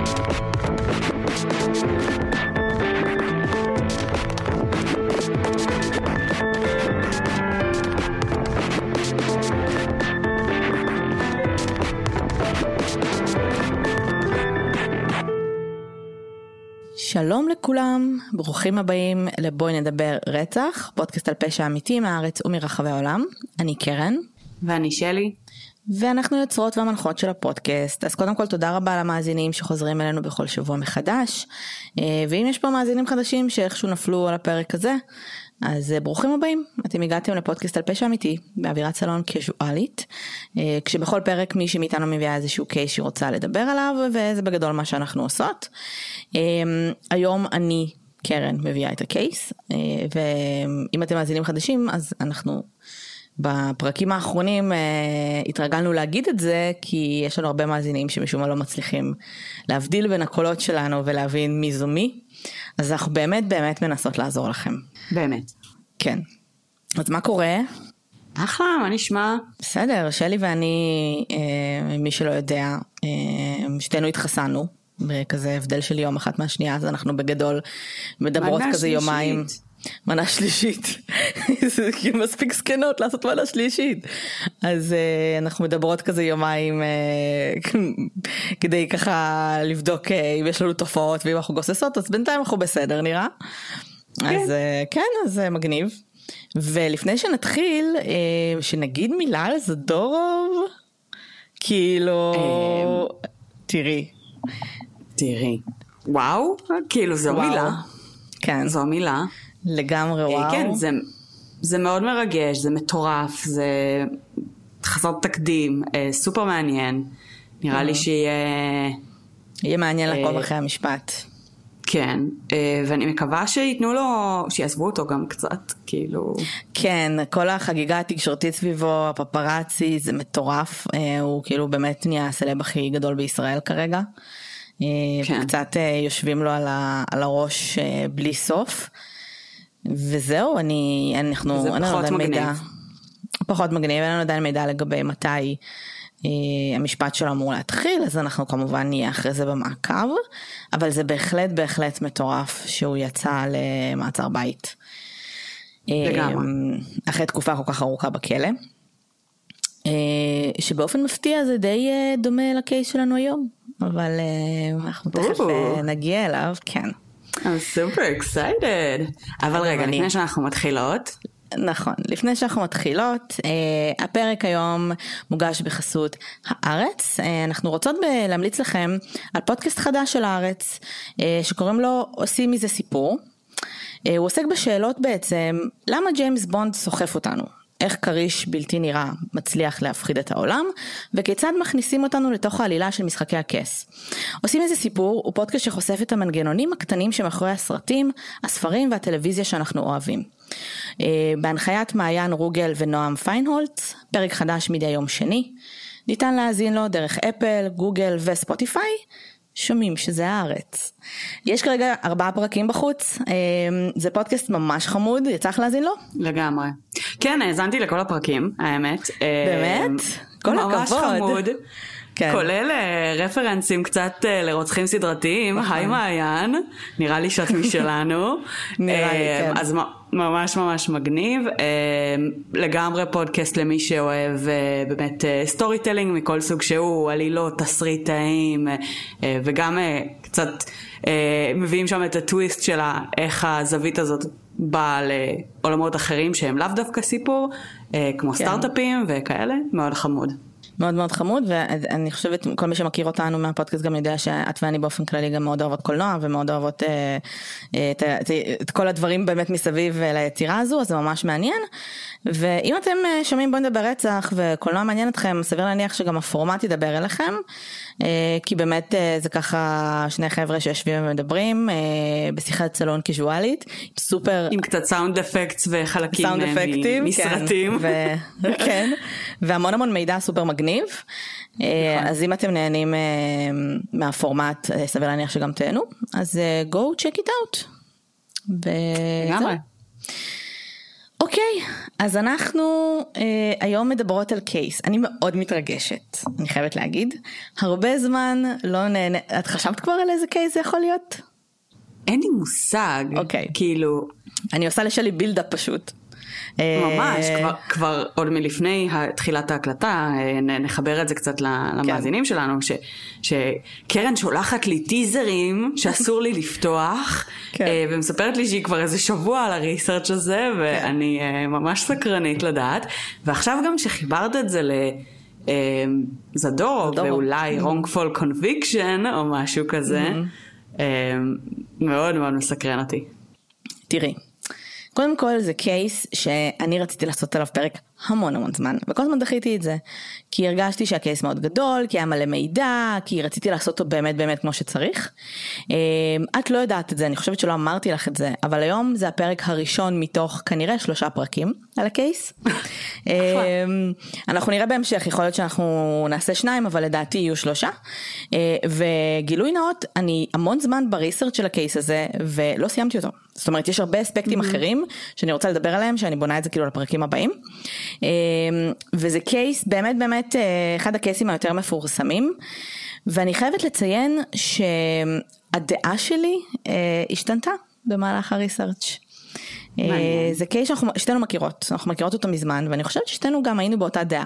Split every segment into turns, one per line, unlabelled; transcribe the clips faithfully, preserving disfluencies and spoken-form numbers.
שלום לכולם, ברוכים הבאים לבואי נדבר רצח, פודקאסט על פשע אמיתי מהארץ ומרחבי העולם. אני קרן.
ואני שלי.
ואנחנו יוצרות והמנחות של הפודקאסט. אז קודם כל תודה רבה למאזינים שחוזרים אלינו בכל שבוע מחדש. ואם יש פה מאזינים חדשים שאיכשהו נפלו על הפרק הזה, אז ברוכים הבאים. אתם הגעתם לפודקאסט על פשע אמיתי, באווירת סלון קזואלית, כשבכל פרק מי שמאיתנו מביאה איזשהו קייס שהיא רוצה לדבר עליו, וזה בגדול מה שאנחנו עושות. היום אני, קרן, מביאה את הקייס, ואם אתם מאזינים חדשים, אז אנחנו בפרקים האחרונים התרגלנו להגיד את זה, כי יש לנו הרבה מאזינים שמשום מה לא מצליחים להבדיל בין הקולות שלנו ולהבין מי זו מי, אז אנחנו באמת באמת מנסות לעזור לכם.
באמת.
כן. אז מה קורה?
אחלה, מה נשמע?
בסדר, שלי ואני, מי שלא יודע, שתינו התחסנו, בכזה הבדל של יום אחת מהשנייה, אז אנחנו בגדול מדברות כזה יומיים. מנה שלישית. זה מספיק סקנות לעשות מנה שלישית. אז uh, אנחנו מדברות כזה יומיים uh, כדי ככה לבדוק uh, אם יש לנו תופעות ואם אנחנו גוססות, אז בינתיים אנחנו בסדר נראה. כן. אז uh, כן, אז uh, מגניב. ולפני שנתחיל, uh, שנגיד מילה על זדורוב, כאילו, um, תראי.
תראי. וואו, כאילו זו וואו. מילה.
כן.
זו מילה.
לגמרי וואו.
כן, זה, זה מאוד מרגש, זה מטורף, זה חסר תקדים, סופר מעניין. נראה לי שיהיה...
יהיה מעניין לעקוב אחרי המשפט.
כן, ואני מקווה שיתנו לו, שיעזבו אותו גם קצת, כאילו...
כן, כל החגיגה התקשורתית סביבו, הפפרצי, זה מטורף. הוא כאילו באמת נהיה הסלב הכי גדול בישראל כרגע. כן. קצת יושבים לו על, ה, על הראש בלי סוף. וזהו, אני, אנחנו,
זה פחות מגניב.
מידע, פחות מגניב, אין לנו עדיין מידע לגבי מתי אה, המשפט שלו אמור להתחיל, אז אנחנו כמובן נהיה אחרי זה במעקב, אבל זה בהחלט, בהחלט מטורף שהוא יצא למעצר בית.
לגמרי.
אה, אחרי תקופה כל כך ארוכה בכלא, אה, שבאופן מפתיע זה די אה, דומה לקייס שלנו היום, אבל אה, אנחנו תכף אה, נגיע אליו, כן.
I'm super excited. אבל רגע, אני... לפני שאנחנו מתחילות.
נכון, לפני שאנחנו מתחילות, אה, הפרק היום מוגש בחסות הארץ. אה, אנחנו רוצות ב- להמליץ לכם על פודקאסט חדש של הארץ, אה, שקוראים לו עושים מזה סיפור. אה, הוא עוסק בשאלות בעצם, למה ג'יימס בונד סוחף אותנו? איך קריש בלתי נראה מצליח להפחיד את העולם, וכיצד מכניסים אותנו לתוך העלילה של משחקי הכס. עושים איזה סיפור, הוא פודקאסט שחושף את המנגנונים הקטנים שמאחורי הסרטים, הספרים והטלוויזיה שאנחנו אוהבים. בהנחיית מעיין רוגל ונועם פיינהולץ, פרק חדש מדי יום שני, ניתן להאזין לו דרך אפל, גוגל וספוטיפיי, שומעים שזה הארץ. יש כרגע ארבעה פרקים בחוץ, זה פודקאסט ממש חמוד, יצא לך להאזין לו?
לגמרי. כן, האזנתי לכל הפרקים, האמת.
באמת? כל הכבוד.
ממש חמוד. כן. כולל רפרנסים קצת לרוצחים סדרתיים, היי מעיין, נראה לי שאת משלנו.
נראה לי, כן.
אז ממש ממש מגניב. לגמרי פודקאסט למי שאוהב באמת סטורי טלינג מכל סוג שהוא, עלילות, תסריטאים, וגם קצת מביאים שם את הטוויסט שלה, איך הזווית הזאת באה לעולמות אחרים שהם לאו דווקא סיפור, כמו כן. סטארט-אפים וכאלה, מאוד חמוד.
מאוד מאוד חמוד, ואני חושבת, כל מי שמכיר אותנו מהפודקאסט גם יודע שאת ואני באופן כללי גם מאוד אוהבות קולנוע, ומאוד אוהבות אה, את, את, את כל הדברים באמת מסביב ליצירה הזו, אז זה ממש מעניין. ואם אתם שומעים בוא נדבר רצח, וקולנוע מעניין אתכם, סביר להניח שגם הפורמט ידבר אליכם, אה, כי באמת אה, זה ככה שני חבר'ה שיושבים ומדברים, אה, בשיחת סלון קזואלית, סופר...
עם קצת סאונד אפקטס וחלקים
סאונד אפקטים,
מסרטים.
כן, ו... כן, והמון המון מידע סופר מגניב. אז אם אתם נהנים מהפורמט, סביר להניח שגם תהנו, אז go check it out.
לגמרי.
אוקיי, אז אנחנו אה, היום מדברות על קייס, אני מאוד מתרגשת, אני חייבת להגיד, הרבה זמן לא נהנה, את חשבת כבר על איזה קייס זה יכול להיות?
אין לי מושג,
אוקיי.
כאילו...
אני עושה לשלי בילדאפ פשוט.
ממש, כבר, כבר עוד מלפני תחילת ההקלטה, נחבר את זה קצת למאזינים שלנו, ש, שקרן שולחת לי טיזרים שאסור לי לפתוח, ומספרת לי שהיא כבר איזה שבוע על הריסרצ' הזה, ואני ממש סקרנית לדעת, ועכשיו גם שחיברת את זה לזדורוב, ואולי wrongful conviction, או משהו כזה, מאוד מאוד מסקרן אותי.
תראי. קודם כל זה קייס שאני רציתי לעשות עליו פרק המון המון זמן, וכל הזמן דחיתי את זה, כי הרגשתי שהקייס מאוד גדול, כי היה מלא מידע, כי רציתי לעשות אותו באמת באמת כמו שצריך. את לא יודעת את זה, אני חושבת שלא אמרתי לך את זה, אבל היום זה הפרק הראשון מתוך כנראה שלושה פרקים על הקייס. אנחנו נראה בהמשך, יכול להיות שאנחנו נעשה שניים, אבל לדעתי יהיו שלושה. וגילוי נאות, אני המון זמן בריסרצ' של הקייס הזה, ולא סיימתי אותו. זאת אומרת, יש הרבה אספקטים אחרים שאני רוצה לדבר עליהם, שאני בונה את זה כאילו לפרקים הבאים. וזה קייס באמת באמת אחד הקייסים היותר מפורסמים, ואני חייבת לציין שהדעה שלי השתנתה במהלך הריסרצ'. זה קייס שאנחנו שתינו מכירות, אנחנו מכירות אותו מזמן, ואני חושבת ששתינו גם היינו באותה דעה.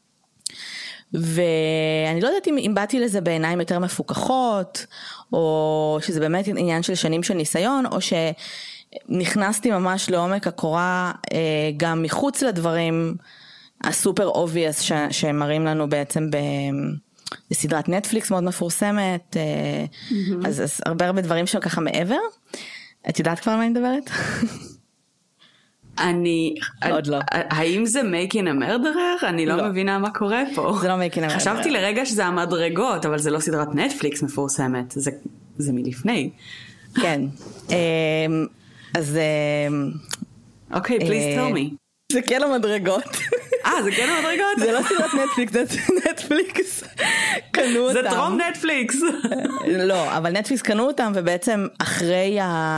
ואני לא יודעת אם, אם באתי לזה בעיניים יותר מפוקחות, או שזה באמת עניין של שנים של ניסיון, או שנכנסתי ממש לעומק הקורה, גם מחוץ לדברים הסופר אובייס ש, שמראים לנו בעצם בסדרת נטפליקס מאוד מפורסמת, mm-hmm. אז, אז הרבה הרבה דברים שם ככה מעבר. את יודעת כבר מה אני מדברת?
אני,
עוד לא.
האם זה making a murderer? אני לא מבינה מה קורה פה.
זה לא making a murderer.
חשבתי לרגע שזה המדרגות, אבל זה לא סדרת נטפליקס מפורסמת, זה, זה מלפני.
כן. אז...
אוקיי, please tell me.
זה כן המדרגות.
אה, זה כן המדרגות?
זה לא סדרת נטפליקס, זה נטפליקס. קנו אותם.
זה טרום נטפליקס.
לא, אבל נטפליקס קנו אותם, ובעצם אחרי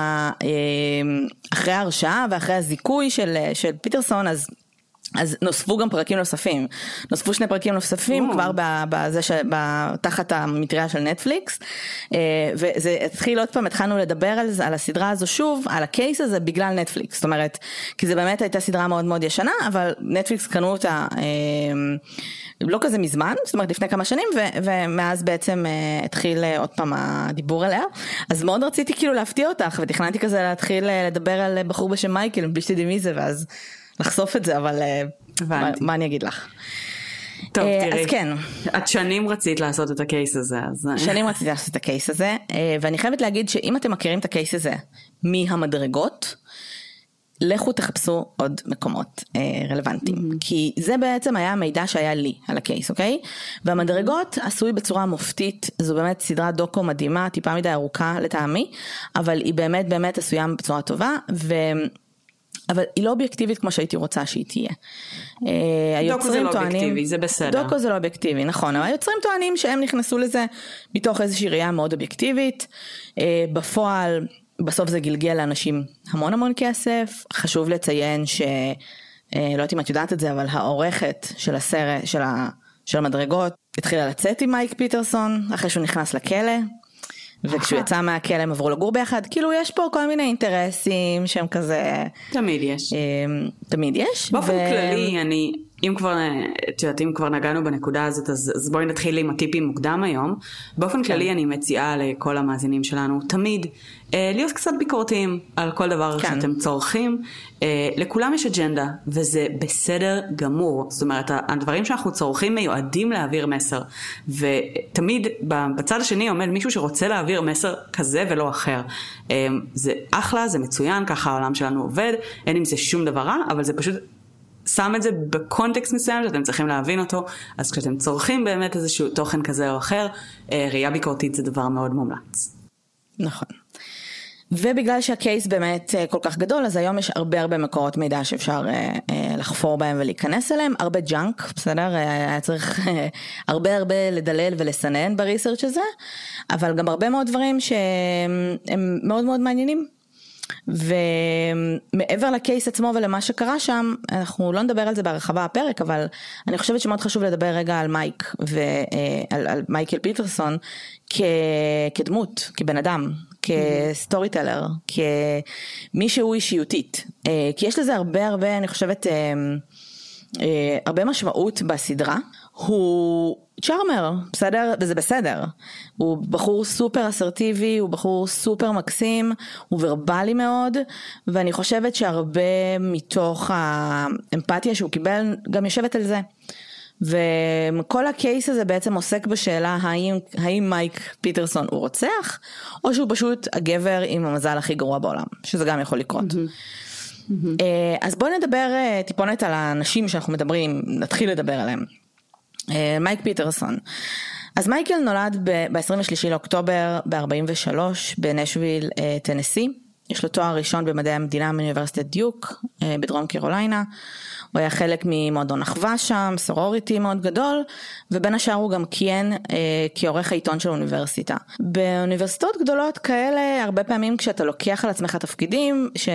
אחרי ההרשעה ואחרי הזיכוי של פיטרסון, אז אז נוספו גם פרקים נוספים, נוספו שני פרקים נוספים כבר בזה תחת המטריה של נטפליקס, וזה התחיל עוד פעם, התחלנו לדבר על זה, על הסדרה הזו שוב, על הקייס הזה בגלל נטפליקס, זאת אומרת, כי זה באמת הייתה סדרה מאוד מאוד ישנה, אבל נטפליקס קנו אותה לא כזה מזמן, זאת אומרת לפני כמה שנים, ומאז בעצם התחיל עוד פעם הדיבור עליה, אז מאוד רציתי כאילו להפתיע אותך, ותכננתי כזה להתחיל לדבר על בחור בשם מייקל, בלי שתדעי מי זה, ואז לחשוף את זה, אבל מה, מה אני אגיד לך?
טוב, תראי.
אז כן.
את שנים רצית לעשות את הקייס הזה. אז...
שנים רציתי לעשות את הקייס הזה, ואני חייבת להגיד שאם אתם מכירים את הקייס הזה מהמדרגות, לכו תחפשו עוד מקומות רלוונטיים, mm-hmm. כי זה בעצם היה המידע שהיה לי על הקייס, אוקיי? והמדרגות עשוי בצורה מופתית, זו באמת סדרת דוקו מדהימה, טיפה מדי ארוכה לטעמי, אבל היא באמת באמת עשויה בצורה טובה, ו... אבל היא לא אובייקטיבית כמו שהייתי רוצה שהיא תהיה.
דוקו זה לא אובייקטיבי, זה בסדר.
דוקו זה לא אובייקטיבי, נכון, אבל היוצרים טוענים שהם נכנסו לזה מתוך איזושהי ראייה מאוד אובייקטיבית, בפועל, בסוף זה גלגל לאנשים המון המון כסף, חשוב לציין ש, לא יודעת אם את יודעת את זה, אבל העורכת של הסרט, של, ה, של המדרגות, התחילה לצאת עם מייק פיטרסון, אחרי שהוא נכנס לכלא, וכשהוא יצא מהכלא הם עברו לגור ביחד, כאילו יש פה כל מיני אינטרסים שהם כזה...
תמיד יש.
תמיד יש.
באופן כללי, אני, אם כבר, תשעת, אם כבר נגענו בנקודה הזאת, אז, אז בואי נתחיל עם הטיפים מוקדם היום. באופן כללי אני מציעה לכל המאזינים שלנו, תמיד, אה, להיות קצת ביקורתיים על כל דבר כן. שאתם צורכים. אה, לכולם יש אג'נדה, וזה בסדר גמור. זאת אומרת, הדברים שאנחנו צורכים מיועדים להעביר מסר. ותמיד בצד השני עומד מישהו שרוצה להעביר מסר כזה ולא אחר. אה, זה אחלה, זה מצוין, ככה העולם שלנו עובד, אין עם זה שום דבר רע, אבל זה פשוט... שם את זה בקונטקסט מסוים שאתם צריכים להבין אותו, אז כשאתם צורכים באמת איזשהו תוכן כזה או אחר, ראייה ביקורתית זה דבר מאוד מומלץ.
נכון. ובגלל שהקייס באמת כל כך גדול, אז היום יש הרבה הרבה מקורות מידע שאפשר לחפור בהם ולהיכנס אליהם, הרבה ג'אנק, בסדר? היה צריך הרבה הרבה לדלל ולסנן בריסרצ' הזה, אבל גם הרבה מאוד דברים שהם מאוד מאוד מעניינים. ומעבר לקייס עצמו ולמה שקרה שם, אנחנו לא נדבר על זה בהרחבה הפרק, אבל אני חושבת שמאוד חשוב לדבר רגע על מייק, ועל על מייקל פיטרסון, כ, כדמות, כבן אדם, כסטורי טלר, כמי שהוא אישיותית, כי יש לזה הרבה הרבה, אני חושבת, הרבה משמעות בסדרה. הוא צ'ארמר, בסדר? וזה בסדר. הוא בחור סופר אסרטיבי, הוא בחור סופר מקסים, הוא ורבלי מאוד, ואני חושבת שהרבה מתוך האמפתיה שהוא קיבל גם יושבת על זה. וכל הקייס הזה בעצם עוסק בשאלה האם, האם מייק פיטרסון הוא רוצח, או שהוא פשוט הגבר עם המזל הכי גרוע בעולם, שזה גם יכול לקרות. Mm-hmm. Mm-hmm. אז בואו נדבר טיפונת על האנשים שאנחנו מדברים, נתחיל לדבר עליהם. מייק פיטרסון. אז מייקל נולד ב-עשרים ושלושה לאוקטובר ב-ארבעים ושלוש בנשוויל, טנסי. יש לו תואר ראשון במדעי המדינה מאוניברסיטת דיוק בדרום קרוליינה. הוא היה חלק ממועדון אחווה שם, סורוריטי מאוד גדול, ובין השאר הוא גם כיהן אה, כעורך העיתון של האוניברסיטה. באוניברסיטאות גדולות כאלה, הרבה פעמים כשאתה לוקח על עצמך תפקידים, ש...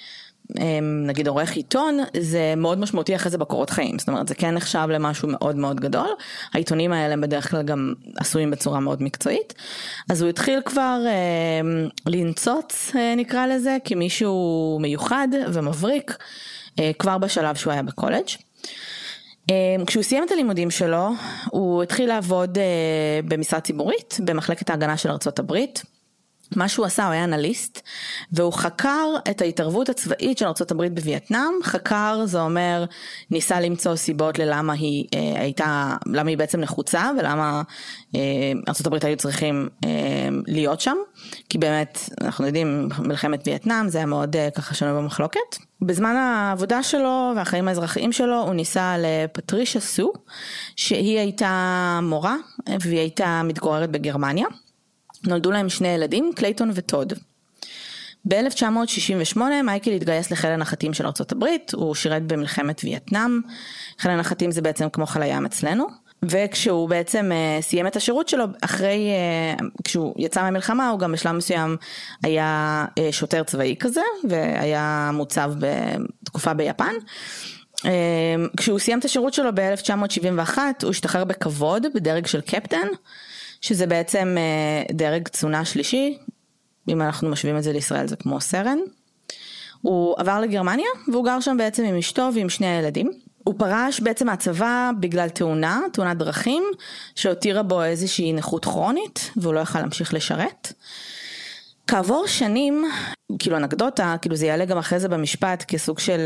נגיד עורך עיתון, זה מאוד משמעותי אחרי זה בקורות חיים, זאת אומרת זה כן נחשב למשהו מאוד מאוד גדול, העיתונים האלה הם בדרך כלל גם עשויים בצורה מאוד מקצועית, אז הוא התחיל כבר אה, לנצוץ אה, נקרא לזה, כמישהו מיוחד ומבריק, אה, כבר בשלב שהוא היה בקולג'. אה, כשהוא סיים את הלימודים שלו, הוא התחיל לעבוד אה, במשרד ציבורית, במחלקת ההגנה של ארצות הברית, מה שהוא עשה, הוא היה אנליסט, והוא חקר את ההתערבות הצבאית של ארצות הברית בווייטנאם. חקר, זה אומר, ניסה למצוא סיבות ללמה היא אה, הייתה, למה היא בעצם נחוצה, ולמה אה, ארצות הברית היו צריכים אה, להיות שם, כי באמת, אנחנו יודעים, מלחמת וייטנאם, זה היה מאוד אה, ככה שנוי במחלוקת. בזמן העבודה שלו והחיים האזרחיים שלו, הוא ניסה לפטרישה סו, שהיא הייתה מורה, והיא הייתה מתגוררת בגרמניה. נולדו להם שני ילדים, קלייטון וטוד. ב-אלף תשע מאות שישים ושמונה מייקל התגייס לחיל הנחתים של ארצות הברית, הוא שירת במלחמת וייטנאם, חיל הנחתים זה בעצם כמו חיל הים אצלנו, וכשהוא בעצם uh, סיים את השירות שלו, אחרי, uh, כשהוא יצא מהמלחמה, הוא גם בשלב מסוים היה uh, שוטר צבאי כזה, והיה מוצב בתקופה ביפן, uh, כשהוא סיים את השירות שלו ב-אלף תשע מאות שבעים ואחת, הוא השתחרר בכבוד בדרג של קפטן, שזה בעצם דרג קצונה שלישי, אם אנחנו משווים את זה לישראל זה כמו סרן. הוא עבר לגרמניה, והוא גר שם בעצם עם אשתו ועם שני הילדים. הוא פרש בעצם מהצבא בגלל תאונה, תאונת דרכים, שהותירה בו איזושהי נכות כרונית, והוא לא יכל להמשיך לשרת. כעבור שנים, כאילו אנקדוטה, כאילו זה יעלה גם אחרי זה במשפט, כסוג של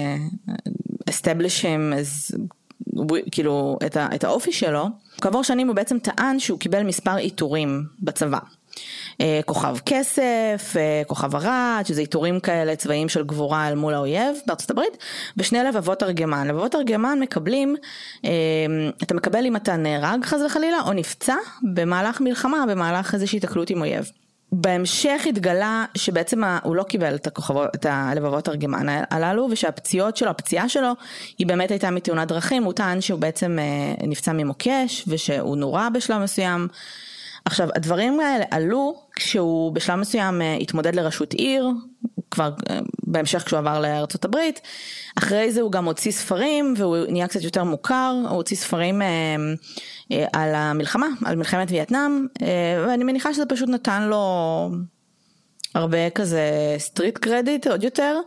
uh, establish him as... כאילו את, ה, את האופי שלו, כעבור שנים הוא בעצם טען שהוא קיבל מספר איתורים בצבא. כוכב כסף, כוכב הרד, שזה איתורים כאלה צבאיים של גבורה אל מול האויב בארצות הברית, בשני לבבות ארגמן. לבבות ארגמן מקבלים, אתה מקבל אם אתה נהרג חס וחלילה, או נפצע במהלך מלחמה, במהלך איזושהי תקלות עם אויב. בהמשך התגלה שבעצם הוא לא קיבל את, הכוכבות, את הלבבות ארגמן הללו, ושהפציעות שלו, הפציעה שלו, היא באמת הייתה מתאונת דרכים. הוא טען שהוא בעצם נפצע ממוקש, ושהוא נורא בשלב מסוים. עכשיו, הדברים האלה עלו כשהוא בשלב מסוים התמודד לראשות עיר, כבר בהמשך כשהוא עבר לארצות הברית. אחרי זה הוא גם הוציא ספרים, והוא נהיה קצת יותר מוכר, הוא הוציא ספרים על המלחמה, על מלחמת וייטנאם, ואני מניחה שזה פשוט נתן לו הרבה כזה סטריט קרדיט עוד יותר,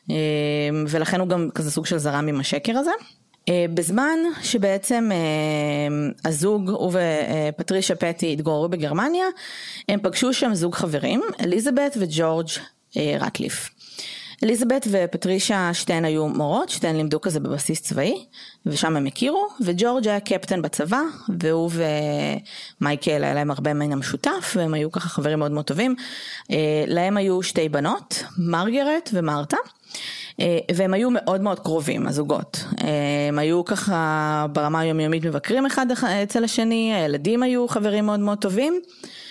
ולכן הוא גם כזה סוג של זרם עם השקר הזה. בזמן שבעצם הזוג הוא ופטרישה פטי התגוררו בגרמניה, הם פגשו שם זוג חברים, אליזבת וג'ורג' רטליף. אליזבת ופטרישה שתיהן היו מורות, שתיהן לימדו כזה בבסיס צבאי, ושם הם הכירו, וג'ורג' היה קפטן בצבא, והוא ומייקל היה להם הרבה מן המשותף, והם היו ככה חברים מאוד מאוד טובים. להם היו שתי בנות, מרגרט ומרתה, והם היו מאוד מאוד קרובים, הזוגות. הם היו ככה ברמה היומיומית מבקרים אחד אצל השני, הילדים היו חברים מאוד מאוד טובים,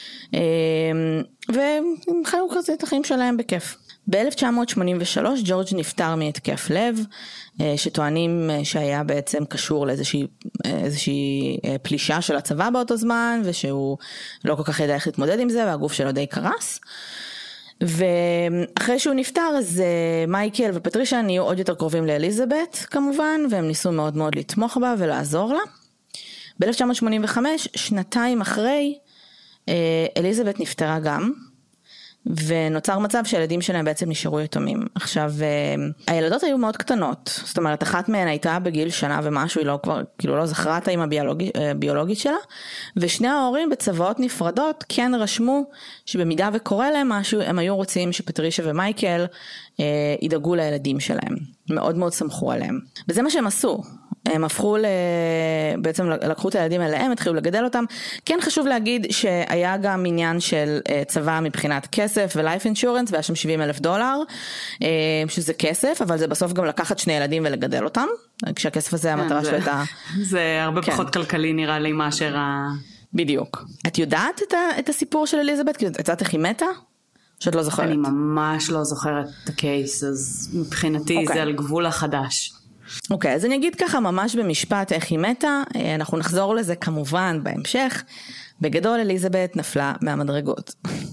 והם חיו כזה את החיים שלהם בכיף. ב-אלף תשע מאות שמונים ושלוש ג'ורג' נפטר מהתקף לב, שטוענים שהיה בעצם קשור לאיזושהי איזושהי פלישה של הצבא באותו זמן, ושהוא לא כל כך ידע איך להתמודד עם זה, והגוף שלו די קרס. ואחרי שהוא נפטר, אז מייקל ופטרישה נהיו עוד יותר קרובים לאליזבת כמובן, והם ניסו מאוד מאוד לתמוך בה ולעזור לה. ב-אלף תשע מאות שמונים וחמש, שנתיים אחרי, אליזבת נפטרה גם, ונוצר מצב שהילדים שלהם בעצם נשארו יתומים. עכשיו, הילדות היו מאוד קטנות, זאת אומרת, אחת מהן הייתה בגיל שנה ומשהו, היא לא כבר, כאילו לא זכרה את האמא הביולוגית שלה, ושני ההורים בצבאות נפרדות כן רשמו שבמידה וקורה להם משהו, הם היו רוצים שפטרישה ומייקל אה, ידאגו לילדים שלהם. מאוד מאוד סמכו עליהם. וזה מה שהם עשו. הם הפכו, ל... בעצם לקחו את הילדים אליהם, התחילו לגדל אותם. כן חשוב להגיד שהיה גם עניין של צבא מבחינת כסף ולייף אינשורנס, והיה שם שבעים אלף דולר, שזה כסף, אבל זה בסוף גם לקחת שני ילדים ולגדל אותם, כשהכסף הזה המטרה שלו הייתה...
זה הרבה פחות כלכלי נראה לי מאשר ה...
בדיוק. את יודעת את, ה... את הסיפור של אליזבת? את יודעת איך היא מתה? שאת לא זוכרת?
אני ממש לא זוכרת את הקייס, אז מבחינתי okay. זה על גבול החדש.
אוקיי, okay, אז אני אגיד ככה ממש במשפט איך היא מתה, אנחנו נחזור לזה כמובן בהמשך. בגדול אליזבת נפלה מהמדרגות.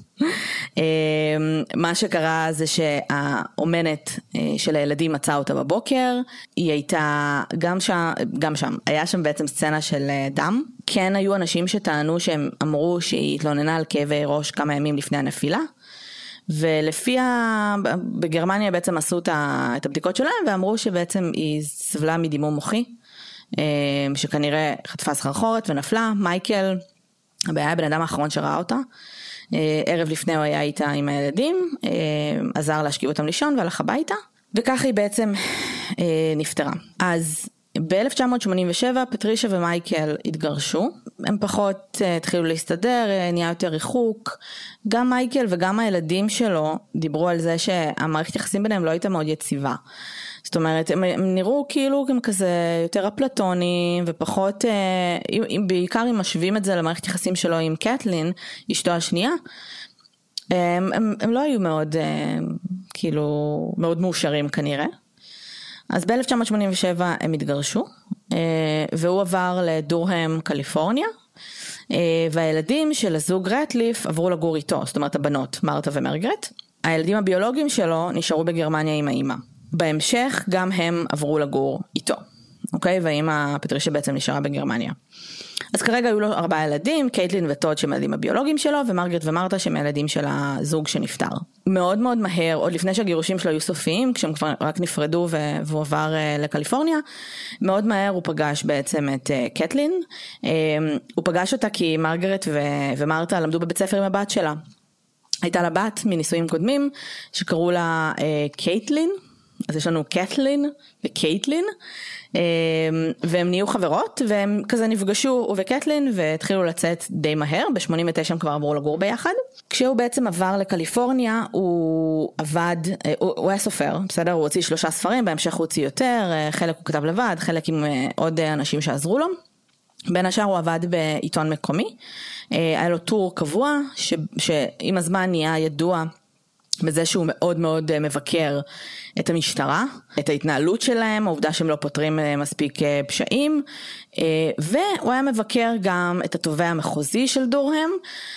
מה שקרה זה שהאומנת של הילדים מצאה אותה בבוקר, היא הייתה גם שם, גם שם, היה שם בעצם סצנה של דם. כן היו אנשים שטענו שהם אמרו שהיא התלוננה על כאבי ראש כמה ימים לפני הנפילה, ולפי ה... בגרמניה בעצם עשו את הבדיקות שלהם, ואמרו שבעצם היא סבלה מדימום מוחי, שכנראה חטפה סחרחורת ונפלה. מייקל, הבעיה הבן אדם האחרון שראה אותה, ערב לפני הוא היה איתה עם הילדים, עזר להשכיב אותם לישון והלך הביתה, וכך היא בעצם נפטרה. אז ב-אלף תשע מאות שמונים ושבע פטרישה ומייקל התגרשו, הם פחות התחילו להסתדר, נהיה יותר ריחוק. גם מייקל וגם הילדים שלו דיברו על זה שהמערכת יחסים ביניהם לא הייתה מאוד יציבה. זאת אומרת, הם, הם נראו כאילו הם כזה יותר אפלטונים, ופחות, בעיקר אם משווים את זה למערכת יחסים שלו עם קטלין, אשתו השנייה, הם, הם, הם לא היו מאוד, כאילו, מאוד מאושרים כנראה. אז ב-אלף תשע מאות שמונים ושבע הם התגרשו, והוא עבר לדורהם, קליפורניה, והילדים של הזוג רטליף עברו לגור איתו, זאת אומרת הבנות, מרתה ומרגרט. הילדים הביולוגיים שלו נשארו בגרמניה עם האמא. בהמשך גם הם עברו לגור איתו, אוקיי? והאמא פטרישה בעצם נשארה בגרמניה. אז כרגע היו לו ארבעה ילדים, קייטלין וטוד שהם הילדים הביולוגיים שלו, ומרגרט ומרתה שהם הילדים של הזוג שנפטר. מאוד מאוד מהר, עוד לפני שהגירושים שלו היו סופיים, כשהם כבר רק נפרדו והוא עבר לקליפורניה, מאוד מהר הוא פגש בעצם את קייטלין. הוא פגש אותה כי מרגרט ומרתה למדו בבית ספר עם הבת שלה. הייתה לה בת מנישואים קודמים, שקראו לה קייטלין, אז יש לנו קטלין וקייטלין, והם נהיו חברות, והם כזה נפגשו, הוא וקטלין, והתחילו לצאת די מהר, ב-שמונים ותשע הם כבר עברו לגור ביחד. כשהוא בעצם עבר לקליפורניה, הוא עבד, הוא, הוא היה סופר, בסדר? הוא הוציא שלושה ספרים, בהמשך הוא הוציא יותר, חלק הוא כתב לבד, חלק עם עוד אנשים שעזרו לו. בין השאר הוא עבד בעיתון מקומי, היה לו טור קבוע, ש, שעם הזמן נהיה ידוע, בזה שהוא מאוד מאוד מבקר את המשטרה, את ההתנהלות שלהם, העובדה שהם לא פותרים מספיק פשעים, והוא היה מבקר גם את התובע המחוזי של דורהם,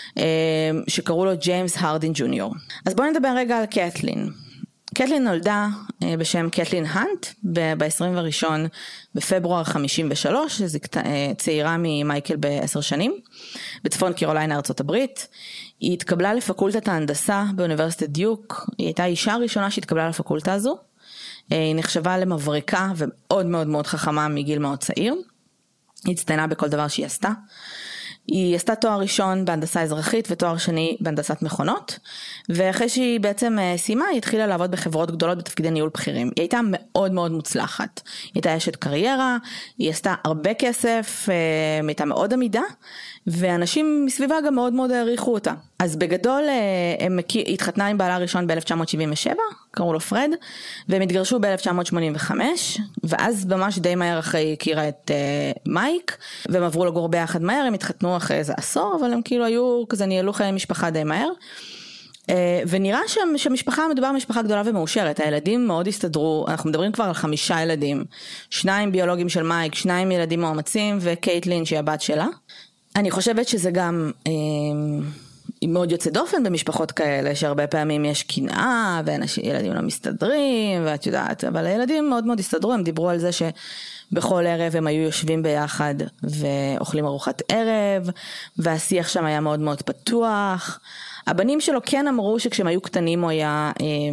שקראו לו ג'יימס הרדין ג'וניור. אז בואו נדבר רגע על קטלין. קטלין נולדה בשם קטלין הנט, ב-עשרים וראשון בפברואר חמישים ושלוש, שזו צעירה ממייקל בעשר שנים, בצפון קרוליינה ארצות הברית. היא התקבלה לפקולטת ההנדסה באוניברסיטת דיוק, היא הייתה האישה הראשונה שהתקבלה לפקולטה הזו, היא נחשבה למבריקה ומאוד מאוד מאוד חכמה מגיל מאוד צעיר, היא הצטיינה בכל דבר שהיא עשתה, היא עשתה תואר ראשון בהנדסה אזרחית ותואר שני בהנדסת מכונות, ואחרי שהיא בעצם סיימה, היא התחילה לעבוד בחברות גדולות בתפקידי ניהול בכירים. היא הייתה מאוד מאוד מוצלחת, היא הייתה אשת קריירה, היא עשתה הרבה כסף, היא הייתה מאוד עמידה, ואנשים מסביבה גם מאוד מאוד העריכו אותה. אז בגדול היא התחתנה עם בעלה הראשון ב-אלף תשע מאות שבעים ושבע, קראו לו פרד, והם התגרשו ב-אלף תשע מאות שמונים וחמש, ואז ממש די מהר אחרי הכירה את מייק, והם עברו לגור ביחד מהר, הם התחתנו אחרי איזה עשור, אבל הם כאילו היו, כזה ניהלו חיי משפחה די מהר, ונראה שהמשפחה מדובר משפחה גדולה ומאושרת, הילדים מאוד הסתדרו, אנחנו מדברים כבר על חמישה ילדים, שניים ביולוגים של מייק, שניים ילדים מאומצים, וקייטלין שהיא הבת שלה. אני חושבת שזה גם, מאוד יוצא דופן במשפחות כאלה, שהרבה פעמים יש קנאה, וילדים לא מסתדרים, ואת יודעת, אבל הילדים מאוד מאוד הסתדרו, הם דיברו על זה שבכל ערב הם היו יושבים ביחד, ואוכלים ארוחת ערב, והשיח שם היה מאוד מאוד פתוח. הבנים שלו כן אמרו שכשהם היו קטנים הוא היה,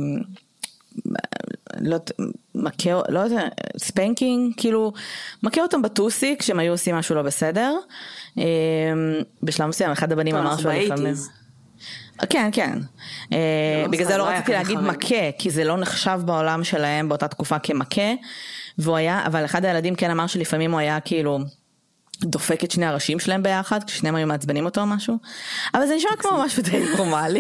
לא, מכה, לא יודע, ספנקינג, כאילו, מכה אותם בטוסי, כשהם היו עושים משהו לא בסדר. בשלב מסוים, אחד הבנים אמר שהוא לפעמים... כן, כן. בגלל זה לא רציתי להגיד מכה, כי זה לא נחשב בעולם שלהם באותה תקופה כמכה, והוא היה, אבל אחד הילדים כן אמר שלפעמים הוא היה כאילו דופק את שני הראשים שלהם ביחד, כששניהם היו מעצבנים אותו או משהו, אבל זה נשמע כמו משהו די נורמלי.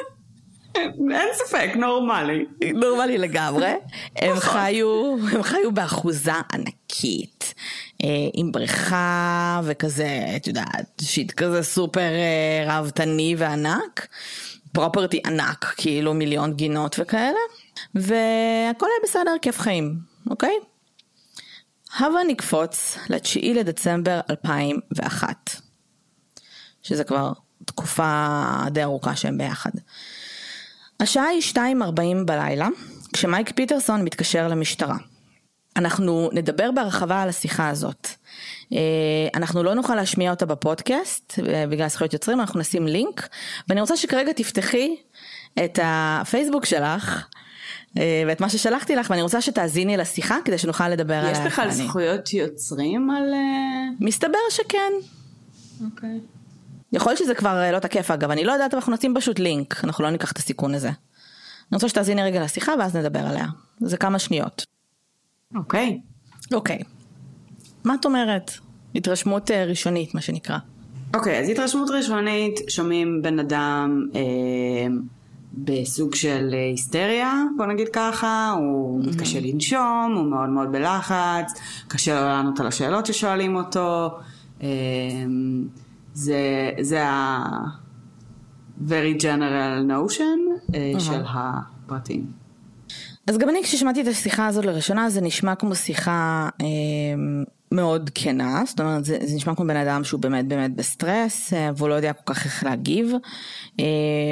אין ספק, נורמלי.
נורמלי לגמרי. הם חיו, הם חיו באחוזה ענקית, עם בריכה וכזה, את יודעת, שיט כזה סופר רבתני וענק, פרופרטי ענק, כאילו מיליון גינות וכאלה, והכל היה בסדר, כיף חיים, אוקיי? הבה נקפוץ לתשיעי לדצמבר אלפיים ואחת, שזה כבר תקופה די ארוכה שהם ביחד. השעה היא שתיים ארבעים בלילה, כשמייק פיטרסון מתקשר למשטרה. אנחנו נדבר בהרחבה על השיחה הזאת. אנחנו לא נוכל להשמיע אותה בפודקאסט, בגלל זכויות יוצרים, אנחנו נשים לינק, ואני רוצה שכרגע תפתחי את הפייסבוק שלך, ואת מה ששלחתי לך, ואני רוצה שתאזיני לשיחה, כדי שנוכל לדבר עליה.
יש בכלל זכויות יוצרים על...
מסתבר שכן.
אוקיי.
יכול שזה כבר לא תקף אגב, אני לא יודעת, אנחנו נשים פשוט לינק, אנחנו לא ניקח את הסיכון הזה. אני רוצה שתאזיני רגע לשיחה, ואז נדבר עליה. זה כמה שניות.
אוקיי.
אוקיי. מה את אומרת? התרשמות ראשונית, מה שנקרא.
אוקיי, אז התרשמות ראשונית, שומעים בן אדם אה, בסוג של היסטריה, בוא נגיד ככה, הוא mm-hmm. מתקשה לנשום, הוא מאוד מאוד בלחץ, קשה לו לענות על השאלות ששואלים אותו, אה, זה, זה ה- very general notion uh, של הפרטים.
אז גם אני כששמעתי את השיחה הזאת לראשונה, זה נשמע כמו שיחה אה, מאוד כנה, זאת אומרת, זה, זה נשמע כמו בן אדם שהוא באמת באמת בסטרס, אה, והוא לא יודע כל כך איך להגיב. אה,